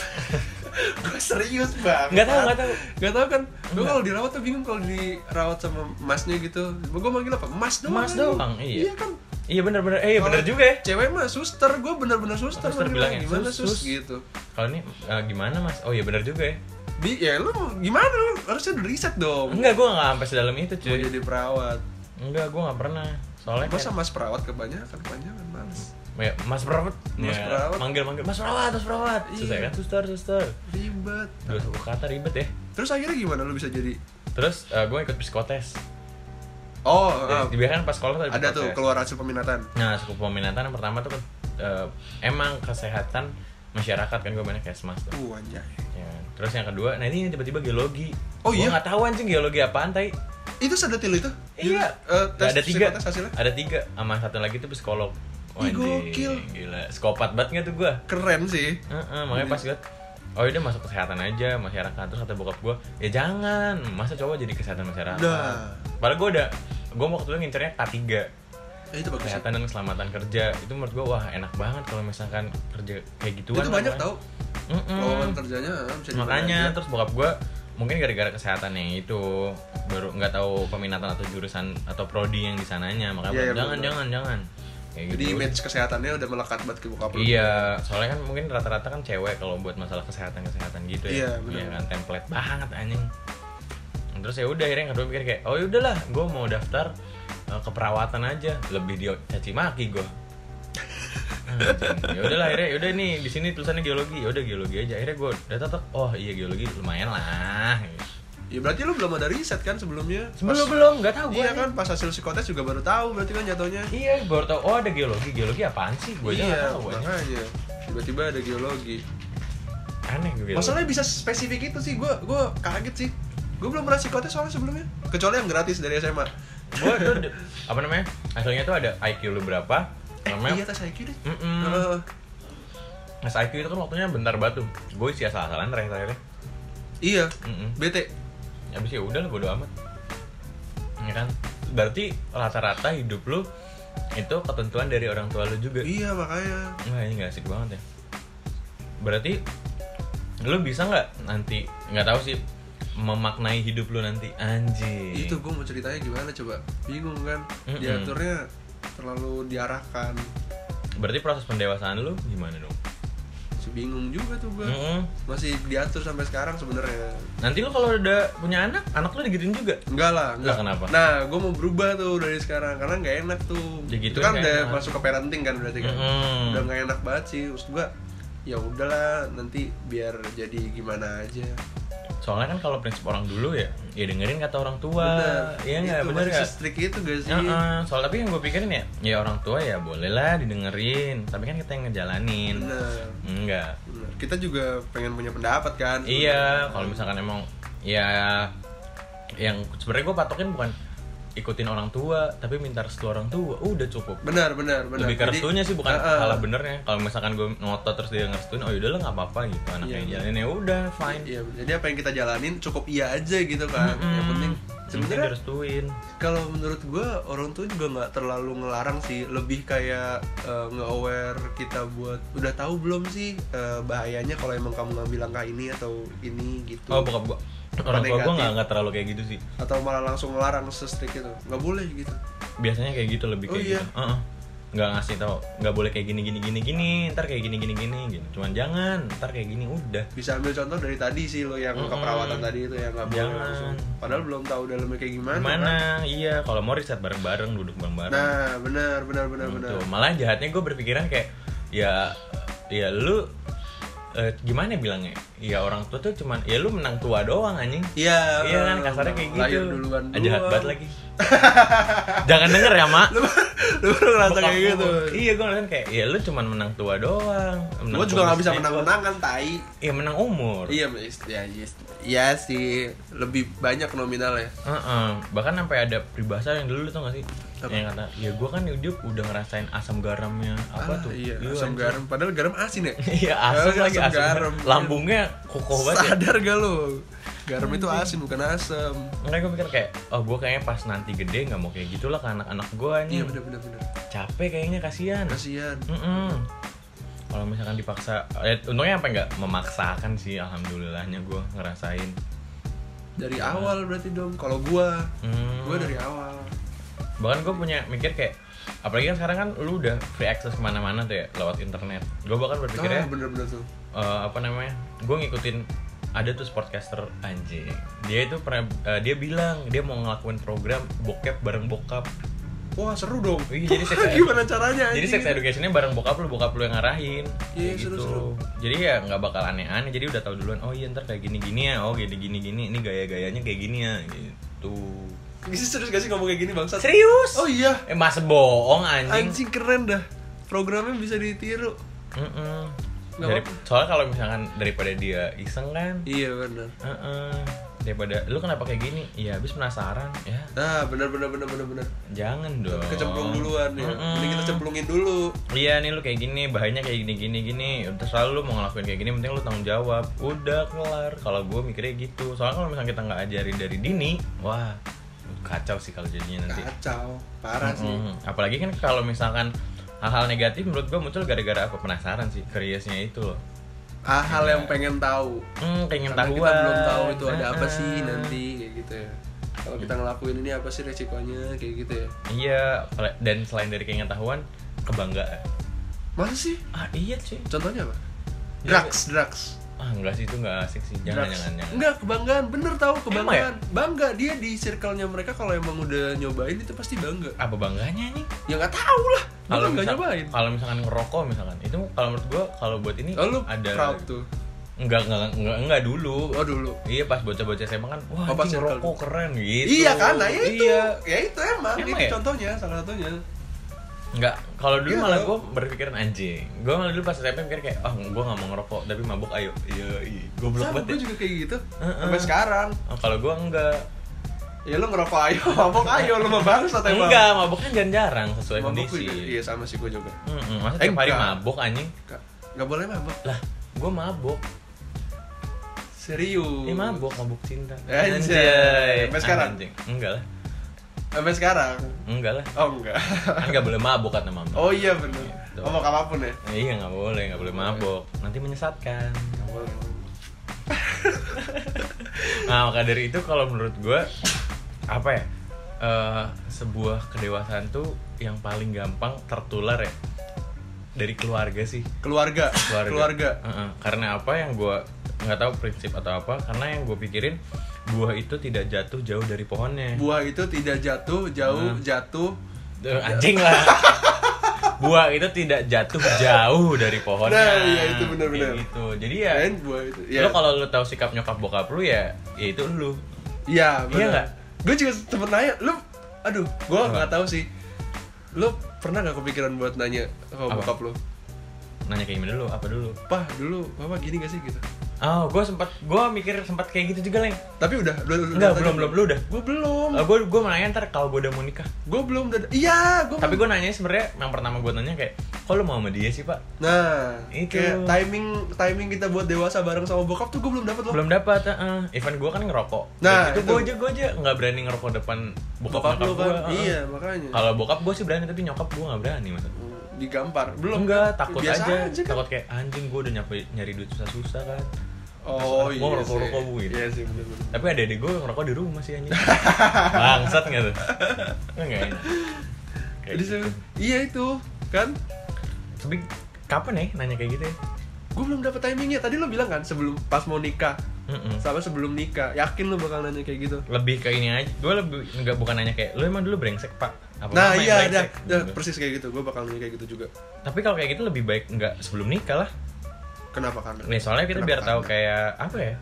Gue serius banget. Nggak tahu, nggak tahu. Nggak tahu kan? Gue Nggak. kalau dirawat tuh bingung kalau dirawat sama masnya gitu. Gue manggil apa? Mas doang. Mas doang, iya. Iya kan? Iya benar-benar. Eh Kalau benar juga ya. Cewek mah suster, gue bener-bener suster. Suster manggilnya. bilangnya, gimana sus, sus, sus. gitu. Kalau ini eh, gimana Mas? Oh iya benar juga ya. Bi, ya lu gimana lu? Harusnya udah riset dong. Enggak, gue nggak sampai sedalam itu Mau cuy. jadi perawat. Enggak, gue nggak pernah. Soalnya Gue kan- sama mas perawat kebanyakan, kebanyakan males. Ya, Mas perawat. Mas Ya, perawat. Manggil-manggil Mas perawat, Mas perawat. Susah Iya. kan suster, suster. Ribet. Dua suku kata ribet ya. Terus akhirnya gimana lu bisa jadi? Terus gue ikut psikotes. Oh, Jadi, ah, dibiarkan pas sekolah tuh ada tuh psikotes. keluar hasil peminatan. Nah, suku peminatan yang pertama tuh kan eh, emang kesehatan masyarakat kan gue banyak kesmas tuh. Uh, anjay. Ya. Terus yang kedua, nah ini tiba-tiba geologi. Oh, Gua iya? nggak tahu anjing geologi apaan tai. Itu sedetil itu? Iya. Eh, tes ada tiga. psikotes hasilnya? Ada tiga. Sama satu lagi tuh psikolog. Ih, gokil. Gila. Psikopat banget nggak tuh gue? Keren sih. Heeh, makanya pas gue oh udah masuk kesehatan aja masyarakat. Terus kata bokap gue, ya jangan, masa coba jadi kesehatan masyarakat. Nah. Padahal gue udah gue waktu itu ngincernya K tiga, Eh, itu bagus sih. kesehatan dan keselamatan kerja. Itu menurut gue wah enak banget kalau misalkan kerja kayak gituan. Itu lah, banyak kan. tau. Mm-mm. Lowongan kerjanya ah, bisa dimana Makanya aja. terus bokap gue mungkin gara-gara kesehatannya itu baru nggak tahu peminatan atau jurusan atau prodi yang di sananya, makanya Iya, iya, jangan bener. jangan jangan kayak Jadi gitu. image kesehatannya udah melekat banget ke bokap lu. Iya, soalnya kan mungkin rata-rata kan cewek kalau buat masalah kesehatan-kesehatan gitu ya. Iya, bener. Iya kan template banget anjing. Terus ya udah akhirnya yang kedua mikir kayak, "Oh ya udahlah, gue mau daftar uh, keperawatan aja." Lebih dia caci maki gue. Ya udahlah akhirnya ya udah nih di sini tulisannya geologi. Ya udah geologi aja. Akhirnya gue data tuh, oh iya geologi lumayan lah. Ya berarti lu belum ada riset kan sebelumnya? Sebelum Pas- belum nggak tahu gue. Iya kan pas hasil psikotes juga baru tahu berarti kan jatuhnya. Iya, baru tahu. Oh ada geologi. Geologi apaan sih? Gue aja nggak Iya, tahu. anjing. makanya tiba-tiba ada geologi. Aneh gue. geologi. Masalahnya bisa spesifik itu sih, gue gue kaget sih. Gue belum pernah psikotes soalnya sebelumnya. Kecuali yang gratis dari S M A. Gue tuh de- apa namanya? Hasilnya tuh ada I Q lu berapa? Namanya Iya tes I Q deh. Mm-mm. Heeh. Tes I Q itu kan waktunya bentar batu. Gue isi asal-asalan terakhir-terakhirnya. Iya. Mm-mm. B T. Habis ya udah lah bodo amat. Ya kan? Berarti rata-rata hidup lu itu ketentuan dari orang tua lu juga. Iya makanya. Wah ini gak asik banget ya. Berarti lu bisa nggak nanti nggak tahu sih memaknai hidup lu nanti anjing. Itu gue mau ceritanya gimana coba. Bingung kan. Mm-mm. Diaturnya terlalu diarahkan. Berarti proses pendewasaan lu gimana dong? Bingung juga tuh gue. Mm-mm. Masih diatur sampai sekarang sebenarnya. Nanti lu kalau udah punya anak, anak lu digituin juga. Enggak lah, enggak. Lah, kenapa? Nah, gue mau berubah tuh dari sekarang karena nggak enak tuh. Ya gitu Itu kan nggak udah enak. masuk ke parenting kan berarti kan. Mm-mm. Udah nggak enak banget sih. Maksud gue, ya udahlah nanti biar jadi gimana aja. Soalnya kan kalau prinsip orang dulu ya, ya dengerin kata orang tua. Bener. Iya nggak, Itu bener masih nggak? se-strict itu gak sih? Heeh. Soal tapi yang gue pikirin ya, ya orang tua ya boleh lah didengerin. Tapi kan kita yang ngejalanin. Bener. Enggak. Bener. Kita juga pengen punya pendapat kan. Iya, kalau misalkan emang ya yang sebenarnya gue patokin bukan ikutin orang tua, tapi minta restu orang tua. Udah cukup. Benar, benar, benar. Lebih ke Jadi, restunya sih bukan uh-uh. salah benernya. Kalau misalkan gue ngotot terus dia ngerestuin, oh yaudah lah nggak apa-apa gitu. Anaknya Iya. jalanin ya udah fine. Iya, jadi apa yang kita jalanin cukup iya aja gitu kan. Mm-mm. Yang penting Sebenarnya sebenarnya direstuin. kalau menurut gue orang tua juga nggak terlalu ngelarang sih, lebih kayak uh, nge-aware kita buat udah tahu belum sih uh, bahayanya kalau emang kamu ngambil langkah ini atau ini gitu. Oh bokap gue, orang tua gue Negatif. nggak nggak terlalu kayak gitu sih. Atau malah langsung ngelarang se-strict itu, nggak boleh gitu. Biasanya kayak gitu lebih Oh, kayak iya. gitu. Heeh. nggak ngasih tau nggak boleh kayak gini gini gini gini ntar kayak gini gini gini gitu cuman jangan ntar kayak gini udah bisa ambil contoh dari tadi sih lo yang Mm-mm. keperawatan tadi itu yang nggak boleh Jangan. langsung padahal belum tahu dalamnya kayak gimana gimana kan? iya kalau mau riset bareng bareng duduk bareng bareng Nah benar benar benar benar gitu. Malah jahatnya gue berpikiran kayak ya ya lu eh, gimana bilangnya ya orang tua tuh cuman ya lu menang tua doang anjing. Iya Iya kan kasarnya kayak gitu. lahir duluan Ah, jahat doang. banget lagi. Jangan denger ya mak. lu lu baru ngerasa Bokap kayak gua. gitu Iya gue ngerasain kayak ya lu cuman menang tua doang. gue juga nggak bisa menang-menang kan tai. Iya menang umur. Iya mas ya yes. Iya sih lebih banyak nominal ya. Heeh. Bahkan sampai ada peribahasa yang dulu lu tau gak sih? Apa? Yang kata ya gue kan hidup udah ngerasain asam garamnya apa Ah, tuh? iya Iya, asam anjing. garam padahal garam asin ya. Iya asam Padahal lagi asam asam garam. Lambungnya kokoh banget. Ya. Sadar gak lo? Garam itu asin bukan asam. Makanya gue pikir kayak, oh gue kayaknya pas nanti gede nggak mau kayak gitulah ke anak-anak gue nih. Iya benar benar benar. Capek kayaknya kasihan. Kasihan. Mm-mm. Kalau misalkan dipaksa, eh, untungnya apa nggak memaksakan sih, alhamdulillahnya gue ngerasain. Dari awal berarti dong. Kalau gua, Hmm. gua dari awal. Bahkan gue punya mikir kayak, apalagi kan sekarang kan lu udah free access kemana-mana tuh ya lewat internet. Gue bahkan berpikirnya, Ah, bener-bener tuh. eh, apa namanya, gue ngikutin ada tuh sportcaster anjing. Dia itu pernah, eh, dia bilang dia mau ngelakuin program bokep bareng bokap. Wah seru dong. Iya, jadi sex edu- gimana caranya? Jadi anjing? sex educationnya bareng bokap lu, bokap lu yang ngarahin. Iya, Kayak seru, gitu. seru. Jadi ya nggak bakal aneh-aneh. Jadi udah tahu duluan. Oh iya ntar kayak gini-gini ya. Oh gini gini gini. Ini gaya-gayanya kayak gini ya. Gitu. Bisa serius gak sih ngomong kayak gini bangsat? Serius? Oh iya. Eh masa bohong anjing. Anjing keren dah. Programnya bisa ditiru. Mm-mm. Nggak Dari, apa-apa. soalnya kalau misalkan daripada dia iseng kan. Iya benar. Uh-uh. Daripada lu kenapa kayak gini? Ya habis penasaran ya. Nah benar benar benar benar benar. Jangan dong. Kecemplung duluan ya. Mm-mm. Mending kita cemplungin dulu. Iya nih lu kayak gini, bahayanya kayak gini gini gini. Udah selalu lu mau ngelakuin kayak gini, penting lu tanggung jawab. Udah kelar. Kalau gue mikirnya gitu. Soalnya kalau misalnya kita nggak ajarin dari dini, wah kacau sih kalau jadinya nanti. Kacau. Parah sih. Mm-mm. Apalagi kan kalau misalkan hal-hal negatif menurut gue muncul gara-gara apa penasaran sih, curious-nya itu loh. Hal-hal Iya. yang pengen tahu. Hmm, pengen Karena tahu. kita belum tahu itu ada apa Ah. sih nanti kayak gitu ya. Kalau kita ngelakuin ini apa sih resikonya kayak gitu ya. Iya, dan selain dari keingintahuan, kebanggaan. Masa sih? Ah iya sih. Contohnya apa? Ya, Drugs, drugs. Ah enggak sih, itu enggak asik sih. Jangan, Drugs. jangan, jangan. Enggak, kebanggaan. Bener tahu kebanggaan. Emang Bangga dia di circle-nya mereka kalau emang udah nyobain itu pasti bangga. Apa bangganya nih? Ya nggak tahu lah. Gua Kalau kan nggak misal, nyobain. kalau misalkan ngerokok misalkan, itu kalau menurut gua kalau buat ini Oh, lu ada proud tuh. Enggak, enggak, enggak, enggak dulu. Oh dulu. Iya pas bocah-bocah S M A kan, wah Oh, pas anjing circle. ngerokok keren gitu. Iya kan, nah ya itu. Iya. Ya itu emang, Emang itu ya? contohnya, salah satunya. Enggak, kalau dulu Iya, malah tau. gue berpikiran anjing. Gue malah dulu pas S M P mikir kayak, oh gue gak mau ngerokok, tapi mabuk ayo. Iya, iya. Goblok Sama banget gue ya. juga kayak gitu. Heeh. Sampai sekarang. Oh, kalau gue enggak. Ya lu ngerokok ayo, mabok ayo lu mah bangsat emang. Enggak, mabuk kan jarang-jarang sesuai Mabok kondisi. juga. Iya sama sih gue juga. Mm-mm, masa Eh, tiap hari enggak. mabuk anjing? Enggak, enggak boleh mabok. Lah, gue mabuk. Serius. Ini mabuk, mabuk cinta. Anjay. Sampai sekarang? Anjing. Enggak lah. Sampai sekarang. Enggak lah. Oh enggak. Kan enggak boleh mabuk kata mama. Oh iya bener. Gitu. Mabok apapun ya. Eh, iya enggak boleh, enggak boleh mabuk. Nanti menyesatkan. Enggak boleh. Nah, maka dari itu kalau menurut gue apa ya? Eh, sebuah kedewasaan tuh yang paling gampang tertular ya dari keluarga sih. Keluarga. Keluarga. Keluarga. Heeh. Karena apa yang gue nggak tahu prinsip atau apa, karena yang gue pikirin buah itu tidak jatuh jauh dari pohonnya. Buah itu tidak jatuh jauh Hmm. jatuh. Eh, anjing lah. Buah itu tidak jatuh jauh dari pohonnya. Nah, iya, itu benar-benar. Kayak gitu. Jadi ya, Kan buah itu. lo kalau lo tahu sikap nyokap bokap lu ya, ya itu lu. Iya, Iya benar. nggak? Gue juga sempet nanya, lu aduh, gue Apa? nggak tahu sih. Lu pernah nggak kepikiran buat nanya sama Apa? bokap lu? Nanya kayak gimana dulu? Apa dulu? Pah, dulu Papa gini gak sih gitu? Oh, gue sempat, gue mikir sempat kayak gitu juga, Leng. Tapi udah, udah, udah Enggak, belum, belum, lu udah. Gue belum. gue gue mau nanya ntar kalau gue udah mau nikah. Gue belum udah. Iya, gue. Tapi gue nanya sebenarnya yang pertama gue nanya kayak, kok lu mau sama dia sih pak? Nah, Itu. kayak timing timing kita buat dewasa bareng sama bokap tuh gue belum dapat loh. Belum dapat, uh, even gue kan ngerokok. Nah, itu itu. gue aja gue aja nggak berani ngerokok depan bokap, Bokap nyokap lu kan. gue. uh-uh. Iya, makanya. Kalau bokap gue sih berani tapi nyokap gue nggak berani masa. Digampar. Belum. Enggak, takut Biasa aja, aja kan. takut kayak anjing gue udah nyari nyari duit susah-susah kan. Oh Terus iya. gua ngerokok-rokok sih. bu gitu. Iya sih bener-bener. Tapi adik-adik gue ngerokok di rumah sih anjing. Bangsat nggak tuh? Enggak enak. Kayak Jadi gitu. saya- iya itu kan? Tapi kapan ya nanya kayak gitu ya? Gue belum dapet timingnya. Tadi lo bilang kan sebelum pas mau nikah, Mm-mm. sama sebelum nikah. Yakin lo bakal nanya kayak gitu? Lebih ke ini aja. Gue lebih nggak bukan nanya kayak, lu emang dulu brengsek pak? Apa Nah mama yang iya, ada, brengsek?" ada Gitu. persis kayak gitu. Gue bakal nanya kayak gitu juga. Tapi kalau kayak gitu lebih baik nggak sebelum nikah lah. Kenapa kan? Nih soalnya kita Kenapa biar tahu karena? kayak apa ya?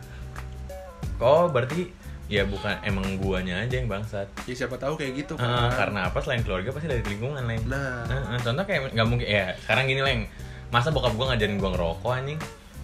Oh berarti ya bukan emang guanya aja yang bangsat. Ya siapa tahu kayak gitu Eh, kan. karena apa? Selain keluarga pasti dari lingkungan Leng. Nah. Eh, eh, contoh kayak nggak mungkin ya. Sekarang gini Leng, masa bokap gua ngajarin gua ngerokok anjing?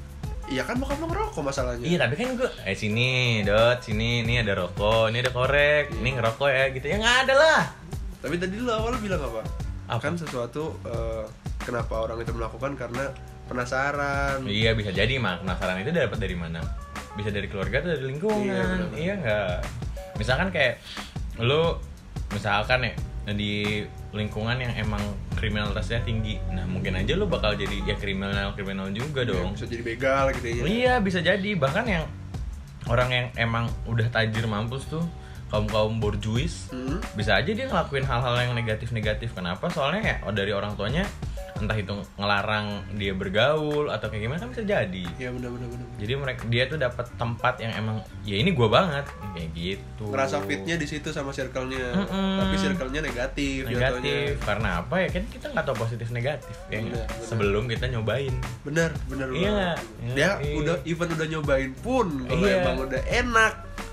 Iya kan bokap lo ngerokok masalahnya. Iya tapi kan gua eh sini dot sini ini ada rokok ini ada korek ini ngerokok ya gitu ya nggak ada lah. Tapi tadi lo awal bilang apa? Apa? Kan sesuatu eh, kenapa orang itu melakukan karena penasaran. Iya bisa jadi mah penasaran itu dapat dari mana? Bisa dari keluarga atau dari lingkungan? Iya, benar-benar. Iya nggak? Misalkan kayak lu misalkan ya di lingkungan yang emang kriminalitasnya tinggi, nah mungkin aja lu bakal jadi ya kriminal kriminal juga Iya, dong. bisa jadi begal gitu ya. Iya bisa jadi bahkan yang orang yang emang udah tajir mampus tuh kaum kaum borjuis Hmm? bisa aja dia ngelakuin hal-hal yang negatif-negatif. Kenapa? Soalnya ya oh, dari orang tuanya entah itu ngelarang dia bergaul atau kayak gimana kan bisa jadi. Iya benar benar benar. Jadi mereka dia tuh dapat tempat yang emang ya ini gua banget kayak gitu. Ngerasa fitnya di situ sama circle-nya. Mm-mm. Tapi circle-nya negatif, Negatif jatuhnya. karena apa ya kan kita nggak tahu positif negatif ya nggak? Benar, benar. Sebelum kita nyobain. Benar, benar Iya, banget. iya, Dia iya. udah even udah nyobain pun kalau Iya. emang udah enak.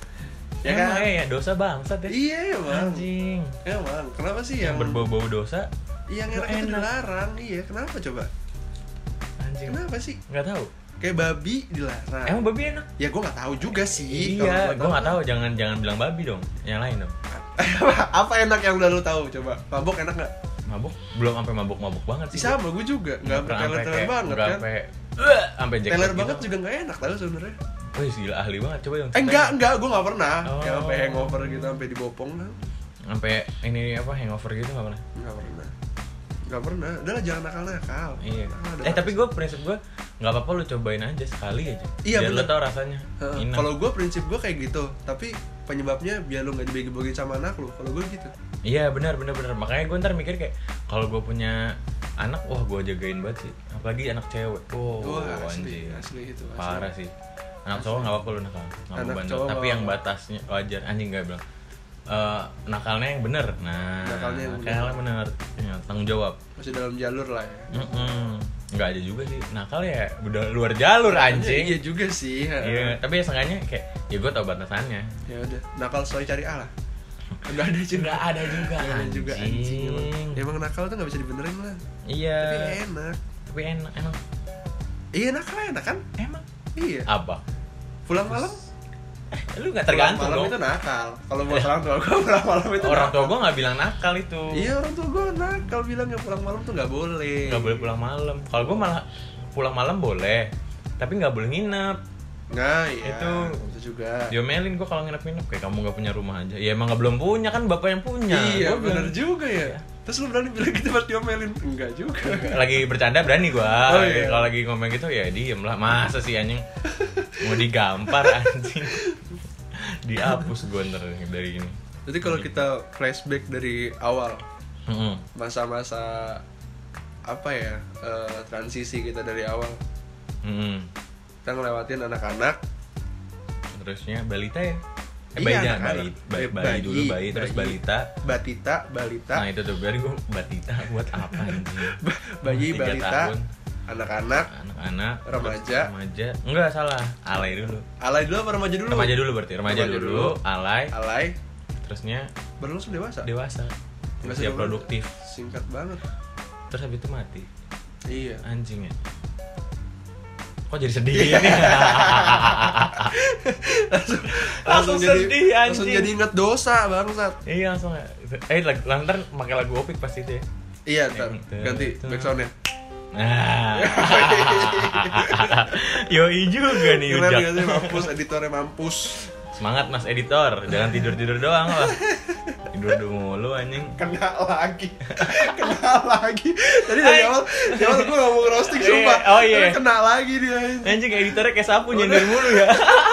Ya Emang kan? ya, ya dosa bangsat ya. Iya emang. Anjing. Emang. Kenapa sih Yang yang berbau-bau dosa yang Kok enak itu enak? dilarang? Iya, kenapa coba? anjing. Kenapa sih? Nggak tahu. Kayak babi dilarang. Emang babi enak? Ya gue nggak tahu juga sih. Iya, Kalau gua nggak tahu. Jangan jangan bilang babi dong. Yang lain dong. Apa enak yang udah lu tahu coba? Mabok enak nggak? Mabuk belum sampai mabuk-mabuk banget Sih sih. sama gue juga. Nggak sampai teler-teler banget nggak kan? sampai eh, sampai jackpot Teler gitu. banget juga nggak enak tahu sebenarnya. Wih, gila ahli banget. Coba dong. Eh ceritain. enggak, enggak, gue nggak pernah. Oh. Yang sampai hangover gitu, sampai dibopong kan? Sampai ini apa hangover gitu nggak pernah. Nggak pernah. Nggak pernah. Udah lah jangan nakal-nakal. Iya. Nakal ada Eh tapi batas. gue prinsip gue nggak apa-apa lu cobain aja sekali aja. Iya, biar lu bener. tau rasanya. Heeh. Enak. Kalau gue prinsip gue kayak gitu, tapi penyebabnya biar lu nggak dibagi-bagiin sama anak lu. Kalau gue gitu. Iya benar benar benar. Makanya gue ntar mikir kayak kalau gue punya anak, wah gue jagain banget sih. Apalagi anak cewek. Oh, Wah asli, anjir. asli itu. Asli. Parah sih. Anak cowok nggak apa-apa lu nakal. Nggak Anak beban. cowok Tapi nggak yang apa-apa. batasnya wajar. Anjing nggak bilang. Eh, nakalnya yang bener. Nah, Nakalnya yang nakalnya bener. Ya, tanggung jawab. Masih dalam jalur lah ya. Mm-mm. Nggak ada juga sih. Nakal ya udah luar jalur anjing. Iya juga sih. Iya, tapi ya seenggaknya kayak ya gue tau batasannya. Ya udah, nakal sesuai cari Allah. Enggak ada juga. Nggak ada juga. Nggak ada juga anjing emang. anjing. Emang nakal tuh nggak bisa dibenerin lah. Iya. Tapi enak. Tapi enak emang. Iya nakal enak kan? Emang. Iya. Apa? Pulang malam? Lu nggak tergantung Pulang malam dong. itu nakal. Kalau buat orang tua gue pulang malam itu Orang tua nakal. gue nggak bilang nakal itu. Iya orang tua gue nakal bilangnya pulang malam tuh nggak boleh. Nggak boleh pulang malam. Kalau gue malah pulang malam boleh, tapi nggak boleh nginep. Nah iya. Itu. Itu juga. Diomelin gue kalau nginep-nginep kayak kamu nggak punya rumah aja. Ya emang nggak belum punya kan bapak yang punya. Iya Gua benar bilang, juga ya. Terus lu berani bilang gitu pas diomelin? Enggak juga. lagi bercanda berani gua. Oh, iya. Kalau lagi ngomong gitu ya diem lah. Masa sih anjing mau digampar anjing. Dihapus gua ntar dari ini. Jadi kalau kita flashback dari awal Mm-mm. masa-masa apa ya eh, transisi kita dari awal Mm-mm. kita ngelewatin anak-anak. Terusnya balita ya. Eh, Iya, bayi, anak-anak. bayi, bayi, Eh, bayi bayi, dulu bayi, terus bayi. balita. Batita, balita, Nah itu tuh biar gue batita buat apa anjing? bayi, Tiga balita, tahun, anak-anak, anak-anak, Remaja. terus remaja, enggak salah, alay dulu. alay dulu apa remaja dulu? Remaja dulu berarti, remaja, Remaja dulu, dulu. alay, Alay, terusnya baru langsung dewasa. dewasa, Nggak usia sedih produktif, banget. Singkat banget. terus habis itu mati, Iya. anjing ya. Kok jadi sedih ini? langsung, Langsung sedih, jadi, anjing. langsung jadi inget dosa bangsat. Iya langsung, eh lag- lantar pakai lagu Opik pasti itu ya. Iya, ntar Yang- ganti itu. backsoundnya. Nah, yoi juga nih Gimana Ujak. gak sih mampus editornya mampus. Semangat mas editor, jangan tidur-tidur doang lah. Tidur dulu mulu anjing. Kena lagi, kena lagi. Tadi dari awal, dari awal gue gak mau ngerosting Iya, sumpah. oh iya. Tapi kena lagi dia. Anjing editornya kayak sapu nyender mulu ya.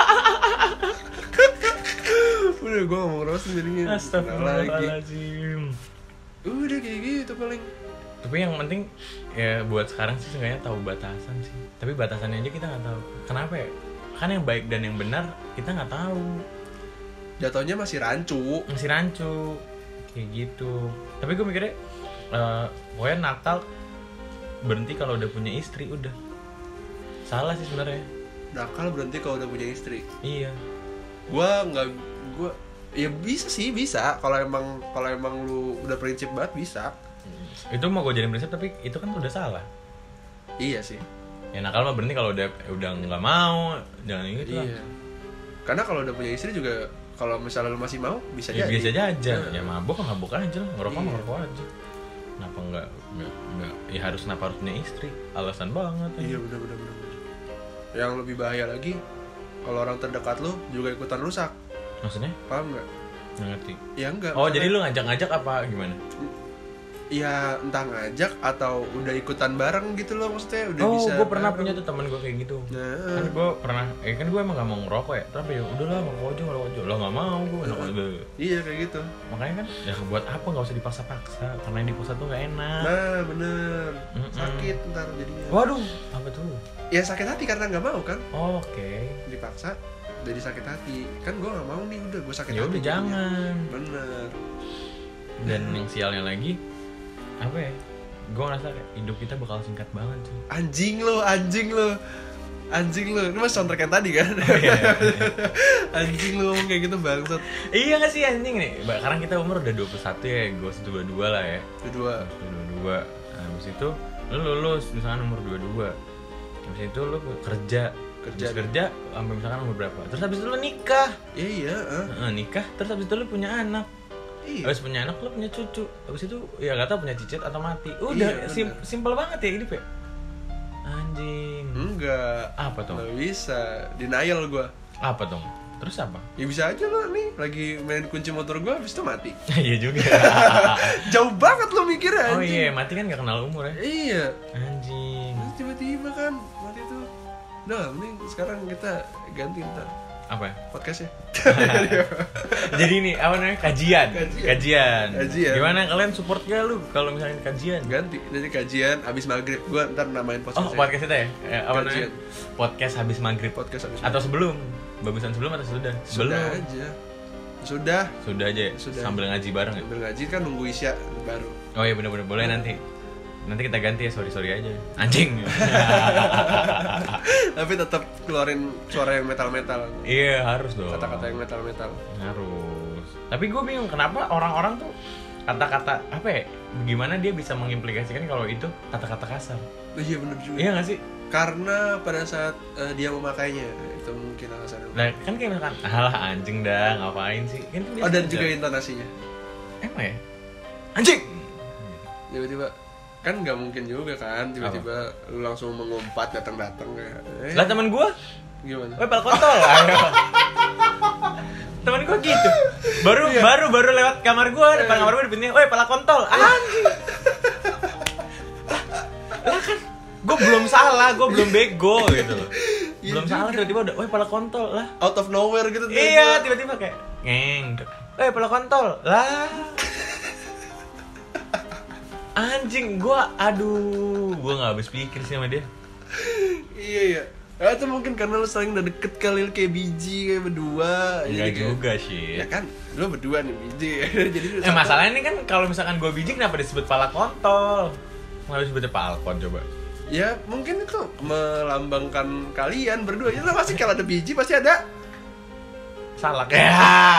Udah gue gak mau ngerosting jadinya. Kena lagi. Astagfirullahaladzim. Udah kayak gitu paling. Tapi yang penting ya buat sekarang sih seenggaknya tahu batasan sih. Tapi batasannya aja kita nggak tahu. Kenapa ya? Kan yang baik dan yang benar kita nggak tahu. Jatuhnya masih rancu. Masih rancu kayak gitu. Tapi gue mikirnya uh, pokoknya nakal berhenti kalau udah punya istri udah. Salah sih sebenarnya. Nakal berhenti kalau udah punya istri. Iya. Gua nggak, gua ya bisa sih bisa. Kalau emang kalau emang lu udah prinsip banget bisa. Itu mau gue jadiin prinsip tapi itu kan udah salah. Iya sih. Ya nakal mah berhenti kalau udah udah nggak mau, jangan gitu lah. Iya. Karena kalau udah punya istri juga, kalau misalnya lu masih mau bisa Ya jadi. biasa aja. Nah. Ya mabuk mabuk aja, ngerokok Iya. ngerokok aja. Kenapa nggak nggak nggak? Ya harus kenapa harus punya istri? Alasan banget. Iya benar benar benar. Yang lebih bahaya lagi, kalau orang terdekat lu juga ikutan rusak. Maksudnya? Paham nggak? Nggak ngerti. Ya enggak. Oh misalnya- jadi lu ngajak-ngajak apa gimana? Ya entah ngajak atau udah ikutan bareng gitu loh, maksudnya udah Oh bisa. gue pernah bareng. punya tuh teman gue kayak gitu. Nah, Kan gue pernah, eh kan gue emang gak mau ngerokok ya. Tapi ya udahlah ngerokok aja ngerokok aja. Lo nggak mau gue ngerokok aja. iya kayak gitu. Makanya kan ya buat apa nggak usah dipaksa-paksa. Karena yang dipaksa tuh nggak enak. Nah bener. Mm-mm. Sakit ntar jadinya. Waduh, apa tuh? Ya sakit hati karena nggak mau kan, Oh, Oke. dipaksa jadi sakit hati. Kan gue nggak mau nih, udah gue sakit Ya hati. udah jadinya. jangan. Bener. Dan yang sialnya lagi apa ya? Gue ngerasa kayak hidup kita bakal singkat banget sih. Anjing lo, anjing lo, anjing lo. Ini masih soundtrack yang tadi kan? Oh, iya. Anjing lo ngomong kayak gitu bangsat. Iya gak sih anjing nih? Sekarang kita umur udah dua puluh satu ya, gue dua puluh dua lah ya. Kedua. dua puluh dua. Nah, habis itu lu lulus misalkan umur dua puluh dua. Habis itu lu kerja. Kerja. Habis kerja sampai misalkan umur berapa? Terus habis itu lu nikah. Ya iya. ah. Heeh, nikah, terus habis itu lu punya anak. Iya. Habis punya anak lu punya cucu. Habis itu ya gak tau punya cicit atau mati. Udah Iya, sim- bener. simpel banget ya hidup ya. Anjing. Enggak. Apa tuh? Nggak bisa. Denial gue. Apa dong? Terus apa? Ya bisa aja lo nih lagi main kunci motor gue habis itu mati. Iya juga. Jauh banget lo mikirnya Oh anjing. iya, mati kan gak kenal umur ya. Iya. Anjing. Terus tiba-tiba kan mati tuh. Udah, mending sekarang kita ganti ntar Apa ya? podcastnya. Jadi ini apa namanya? Kajian. Kajian. Kajian. Kajian. Gimana kalian support gak lu kalau misalnya kajian? Ganti, jadi kajian abis maghrib. Gue ntar namain Oh, podcastnya. podcast kita ya? ya apa Kajian. namanya? Podcast habis maghrib. Podcast abis Atau sebelum? Bagusan sebelum atau sudah? Sudah Sebelum. aja. Sudah. Sudah aja ya? Sudah. Sambil ngaji bareng ya? Sambil ngaji kan nunggu isya baru. Oh iya bener-bener boleh nanti. Nanti kita ganti ya, sorry-sorry aja. Anjing. Tapi tetap keluarin suara yang metal-metal. Iya harus dong. Kata-kata yang metal-metal. Harus. Tapi gue bingung kenapa orang-orang tuh kata-kata apa ya? Gimana dia bisa mengimplikasikan kalau itu kata-kata kasar? Oh, iya bener juga. Iya nggak sih? Karena pada saat eh, dia memakainya itu mungkin alasannya. Nah kan kayak misalkan, alah anjing dah ngapain sih? Kan itu biasa Oh dan aja. juga intonasinya. Emang ya? Anjing. Tiba-tiba kan nggak mungkin juga kan tiba-tiba lu langsung mengumpat datang-datang kayak. Eh, Lah teman gue, gimana? weh pal kontol. Ayo. Temen gue gitu. Baru Iya. baru baru lewat kamar gue, depan kamar gue depannya, weh pala kontol. Anjing. Lah kan gue belum salah, gue belum bego gitu loh. Iya Belum juga. salah tiba-tiba udah, weh pala kontol lah. Out of nowhere gitu. Iya, tiba-tiba kayak ngeng. Eh, pala kontol. Lah. Anjing, gua aduh, gua enggak habis pikir sih sama dia. Iya iya. Ya, itu mungkin karena lu saling udah deket kali lu kayak biji kayak berdua. Enggak Jadi kayak- juga sih. Ya kan, lu berdua nih biji. Jadi lu Eh, satu- masalahnya ini kan kalau misalkan gua biji kenapa disebut pala kontol? Kenapa disebutnya palkon coba? Ya mungkin itu melambangkan kalian berdua. Ya lu pasti kalau ada biji pasti ada Salak. Ya.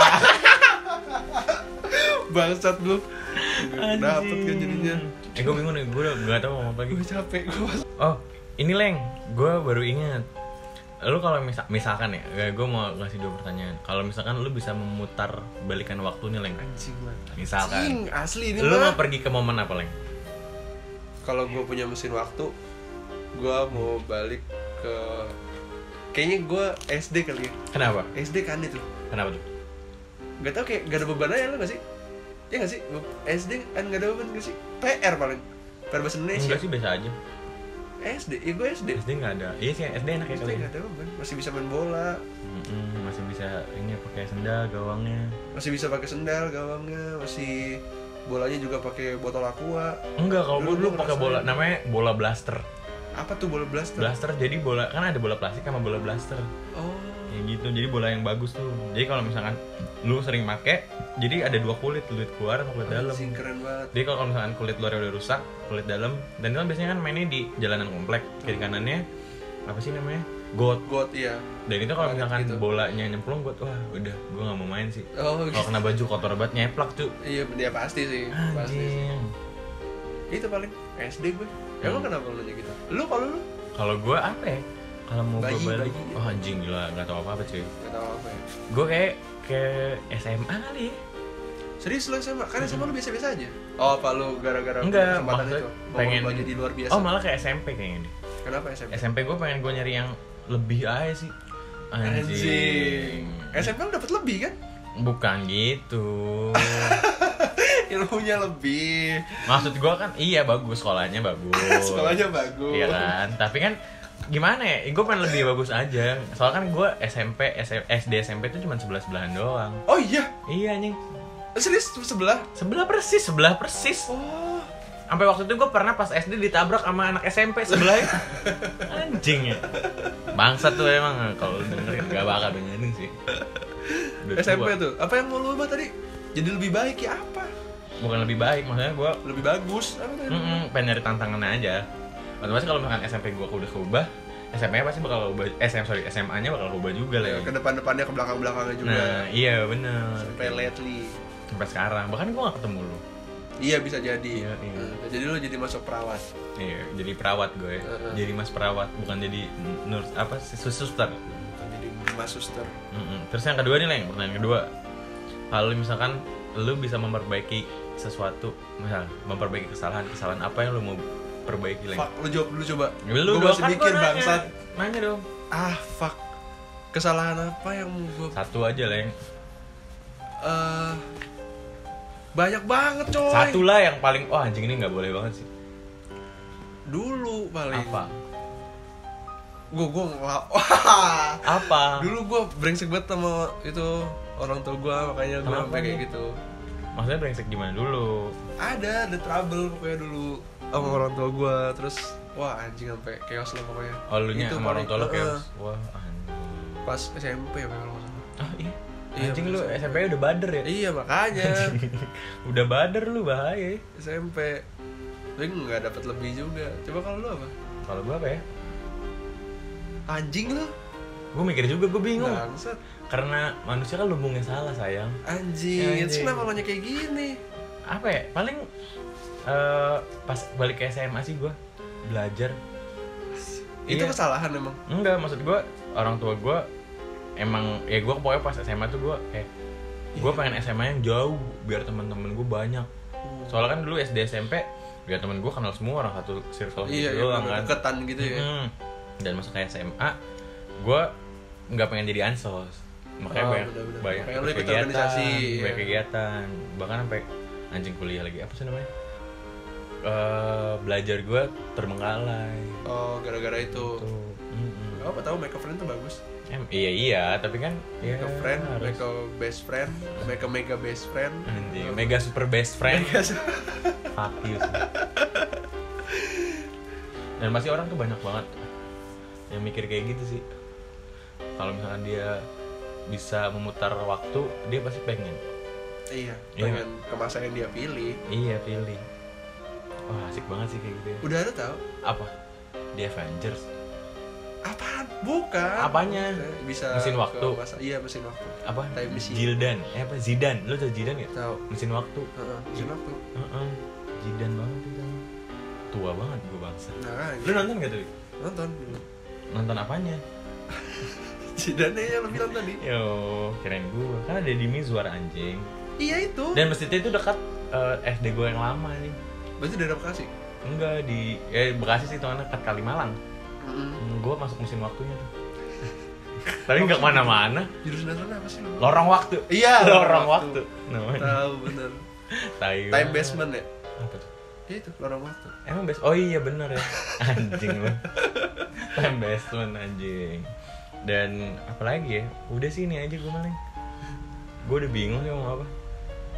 bangsat lu. Dapat kan jadinya. Eh, gua bingung nih, gua enggak tahu mau ngomong apa lagi. Gue capek gue. Oh, ini Leng, gue baru ingat. Lu kalau misal, misalkan ya, gue mau ngasih dua pertanyaan. Kalau misalkan lu bisa memutar balikan waktu nih Leng. Anjing man. Misalkan. Anjing, asli ini Lu mau mah. pergi ke momen apa Leng? Kalau gue punya mesin waktu, gue mau balik ke kayaknya gue S D kali ya. Kenapa? S D kan itu. Kenapa tuh? Gak tau kayak gak ada beban aja lu gak sih? Ya gak sih? S D kan gak ada beban gak sih? P R paling. P R bahasa Indonesia. Enggak sih, biasa aja. S D, ya gue S D. S D nggak ada. Iya sih, S D enak ya S D kali. gak ada beban, masih bisa main bola, Mm-mm, masih bisa ini pakai sendal gawangnya. masih bisa pakai sendal, gawangnya, masih Bolanya juga pakai botol aqua. Enggak, kalau gue Dulu dulu gua pakai bola ngerasain. namanya bola blaster. Apa tuh bola blaster? Blaster jadi bola, kan ada bola plastik sama bola blaster. Oh. Kayak gitu. Jadi bola yang bagus tuh. Jadi kalau misalkan lu sering make, jadi ada dua kulit, kulit luar sama kulit dalam. Anjing, keren banget. Jadi kalau misalkan kulit luarnya udah rusak, kulit dalam, dan itu kan biasanya kan mainnya di jalanan komplek. Kiri kanannya apa sih namanya? Got. God iya. Dan itu kalau Banget misalkan gitu. bolanya nyemplung, got, wah udah, gue nggak mau main sih. Oh, Kalau gitu. kena baju kotor banget nyeplak tuh. Iya, dia pasti sih. Pasti sih. Anjing. Itu paling S D gue. Emang Hmm. kenapa lu gitu? Lu kalau lu Kalau gue apa ya? Kalau mau Bayi, gue balik, bayi. oh anjing gila, nggak tahu apa apa cuy. enggak tahu apa ya. Gue kayak ke S M A kali ya. Serius lu S M A? Kan S M A lu biasa-biasa aja. Oh, apa lu gara-gara punya Enggak, kesempatan maksudnya itu? Mau pengen berubah jadi luar biasa. Oh malah kayak S M P kayaknya deh. Kenapa S M A? S M P gue pengen gue nyari yang lebih aja sih. Anjing. S M P lu dapat lebih kan? Bukan gitu. Ilmunya lebih. Maksud gue kan iya bagus, sekolahnya bagus. Sekolahnya bagus. Iya kan, tapi kan gimana ya? Gue pengen lebih bagus aja. Soalnya kan gue S M P, S D, S M P itu cuma sebelah sebelahan doang. Oh iya. Iya anjing. Serius sebelah? Sebelah persis, sebelah persis. Oh. Sampai waktu itu gue pernah pas S D ditabrak sama anak S M P sebelahnya. Anjing ya. Bangsat tuh emang, kalau lu dengerin gak bakal dengerin sih. Udah S M P tua. tuh. Apa yang mau lu ubah tadi? Jadi lebih baik ya apa? Bukan lebih baik, maksudnya gue Lebih bagus. Apa tadi? mm pengen nyari tantangannya aja. Otomatis kalau misalkan S M P gue udah keubah, S M P pasti bakal ubah. S M sorry S M A-nya bakal ubah juga lah Ya, ya. ke depan-depannya ke belakang-belakangnya juga. Nah iya bener. Sampai lately. Sampai sekarang, bahkan gue gak ketemu lu. Iya bisa jadi. Iya, iya. Nah, jadi lu jadi masuk perawat. Iya, jadi perawat gue. Heeh. Jadi mas perawat, bukan jadi nurse apa sih suster. Bukan jadi mas suster. Mm-mm. Terus yang kedua nih Leng, pertanyaan kedua. Kalau misalkan lu bisa memperbaiki sesuatu, misal memperbaiki kesalahan, kesalahan apa yang lu mau perbaiki Leng? Fuck, lu jawab dulu coba. Ya, lu Gua dong, masih kan mikir gua nanya. bangsat. Nanya dong. Ah, fuck. Kesalahan apa yang gua Satu aja Leng. eh banyak banget coy. Satu lah yang paling, oh anjing ini nggak boleh banget sih. Dulu paling. Apa? Gue gue ngelak. Wah. Apa? Dulu gue brengsek banget sama itu orang tua gue, makanya gue Kenapa sampai kayak nih? gitu. Maksudnya brengsek gimana dulu? Ada, ada trouble pokoknya dulu sama orang tua gue. Terus wah anjing sampai chaos lah pokoknya. Oh lu nya Itu sama orang tua lu paling- kayak, eh, wah anjing. pas S M P ya kalau nggak salah. Ah iya. Iya, Anjing lu bener. S M P udah bader ya? Iya makanya Udah bader lu bahaya. S M P. Tapi nggak dapat lebih juga. Coba kalau lu apa? Kalau gua apa ya? Anjing lu. Gue mikir juga, gue bingung. Bangsat. Karena manusia kan lubungnya salah sayang. Anjing. Anjing. Terus kenapa lo nya kayak gini? Apa ya? Paling eh, pas balik ke S M A sih gue belajar. Itu Iya. kesalahan emang. Enggak, maksud gue orang tua gue emang ya gue pokoknya pas S M A tuh gue kayak gue Iya. pengen S M A yang jauh biar teman-teman gue banyak. Soalnya kan dulu S D S M P biar temen gue kenal semua orang satu circle Iya, gitu iya, doang bener, kan. deketan gitu ya. Mm-mm. Dan masuk ke S M A gue nggak pengen jadi ansos, makanya Oh, banyak bener-bener. banyak Makanya lu ikut ikut kegiatan, organisasi, banyak iya. kegiatan, bahkan sampai anjing kuliah lagi apa sih namanya, Eh, belajar gue terbengkalai. Oh, gara-gara itu. Tuh. Mm-mm. Apa tahu make a friend tuh bagus. Em, iya iya, tapi kan ya, Make a friend, harus. make a best friend, make a mega best friend. Anjing, mega super best friend. Mega su- Fuck you sih. Dan pasti orang tuh banyak banget yang mikir kayak gitu sih. Kalau misalkan dia bisa memutar waktu, dia pasti pengen. Iya, Iya. pengen ke masa yang dia pilih. Iya, pilih. Wah, asik banget sih kayak gitu ya. Udah ada tahu? Apa? The Avengers. Apaan? Bukan. Apanya? Bisa Mesin ke waktu. masa- iya, mesin waktu. Apa? Time machine. Zidane. Eh apa? Zidane. Lu tau Zidane gak? Tahu. Mesin waktu. Heeh, mesin waktu. Heeh. Zidane banget itu. Tua banget gue bangsa. Nah, Lu nonton gak tuh? nonton dulu. Nonton apanya? Zidane yang lebih nonton nih. Yo, keren gue. Kan ada di Mizwar anjing. Iya itu. Dan masjidnya itu dekat eh, S D gue yang lama nih. Berarti daerah Bekasi. Enggak di eh Bekasi sih tuh dekat Kalimalang. Heeh. Hmm, gue masuk mesin waktunya tuh. Tapi nggak kemana-mana. Jurusan dasarnya apa sih lu? Lorong waktu. Iya, Lorong waktu. Namanya. Tahu bener. Tai Time banget. basement ya? Apa tuh? Iya itu, lorong waktu. Emang best? Oh iya bener ya. Anjing lu. Time basement anjing. Dan apalagi ya? Udah sih ini aja gue maling. Gue udah bingung sih mau apa.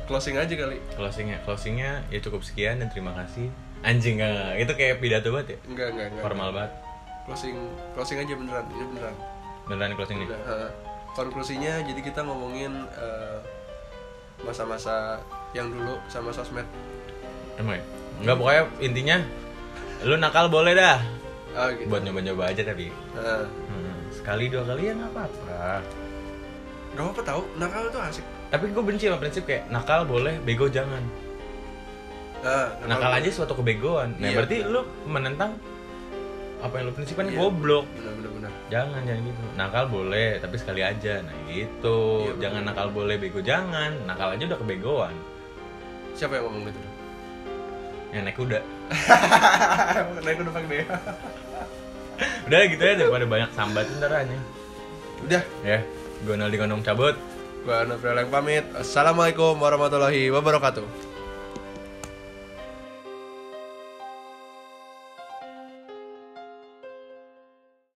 Closing aja kali. Closingnya, closingnya ya cukup sekian dan terima kasih. Anjing enggak, itu kayak pidato banget ya? Enggak, enggak, enggak. Formal banget. Closing, closing aja beneran, ini beneran. Beneran closing nih? Udah, uh, konklusinya jadi kita ngomongin uh, masa-masa yang dulu sama sosmed. Emang ya? Enggak, pokoknya intinya lu nakal boleh dah. Oh, gitu. Buat nyoba-nyoba aja tapi. Uh, Hmm, sekali dua kali ya nggak apa-apa. gak apa-apa tau, nakal tuh asik. Tapi gue benci sama prinsip kayak nakal boleh, bego jangan. Uh, Nakal aja suatu kebegoan. Nah, Iya, berarti bener. lu menentang apa yang lu prinsipkan Iya. goblok. Bener-bener bener. Jangan, jangan gitu. Nakal boleh, tapi sekali aja. Nah, gitu. Iya, Jangan bener. nakal boleh, bego jangan. Nakal aja udah kebegoan. Siapa yang ngomong gitu? Yang naik kuda. Naik udah pakai deh. Udah gitu aja daripada banyak sambat ntar aja. Udah. Ya, gue Naldi Kondong cabut. Gua Nofriel yang pamit. Assalamualaikum warahmatullahi wabarakatuh.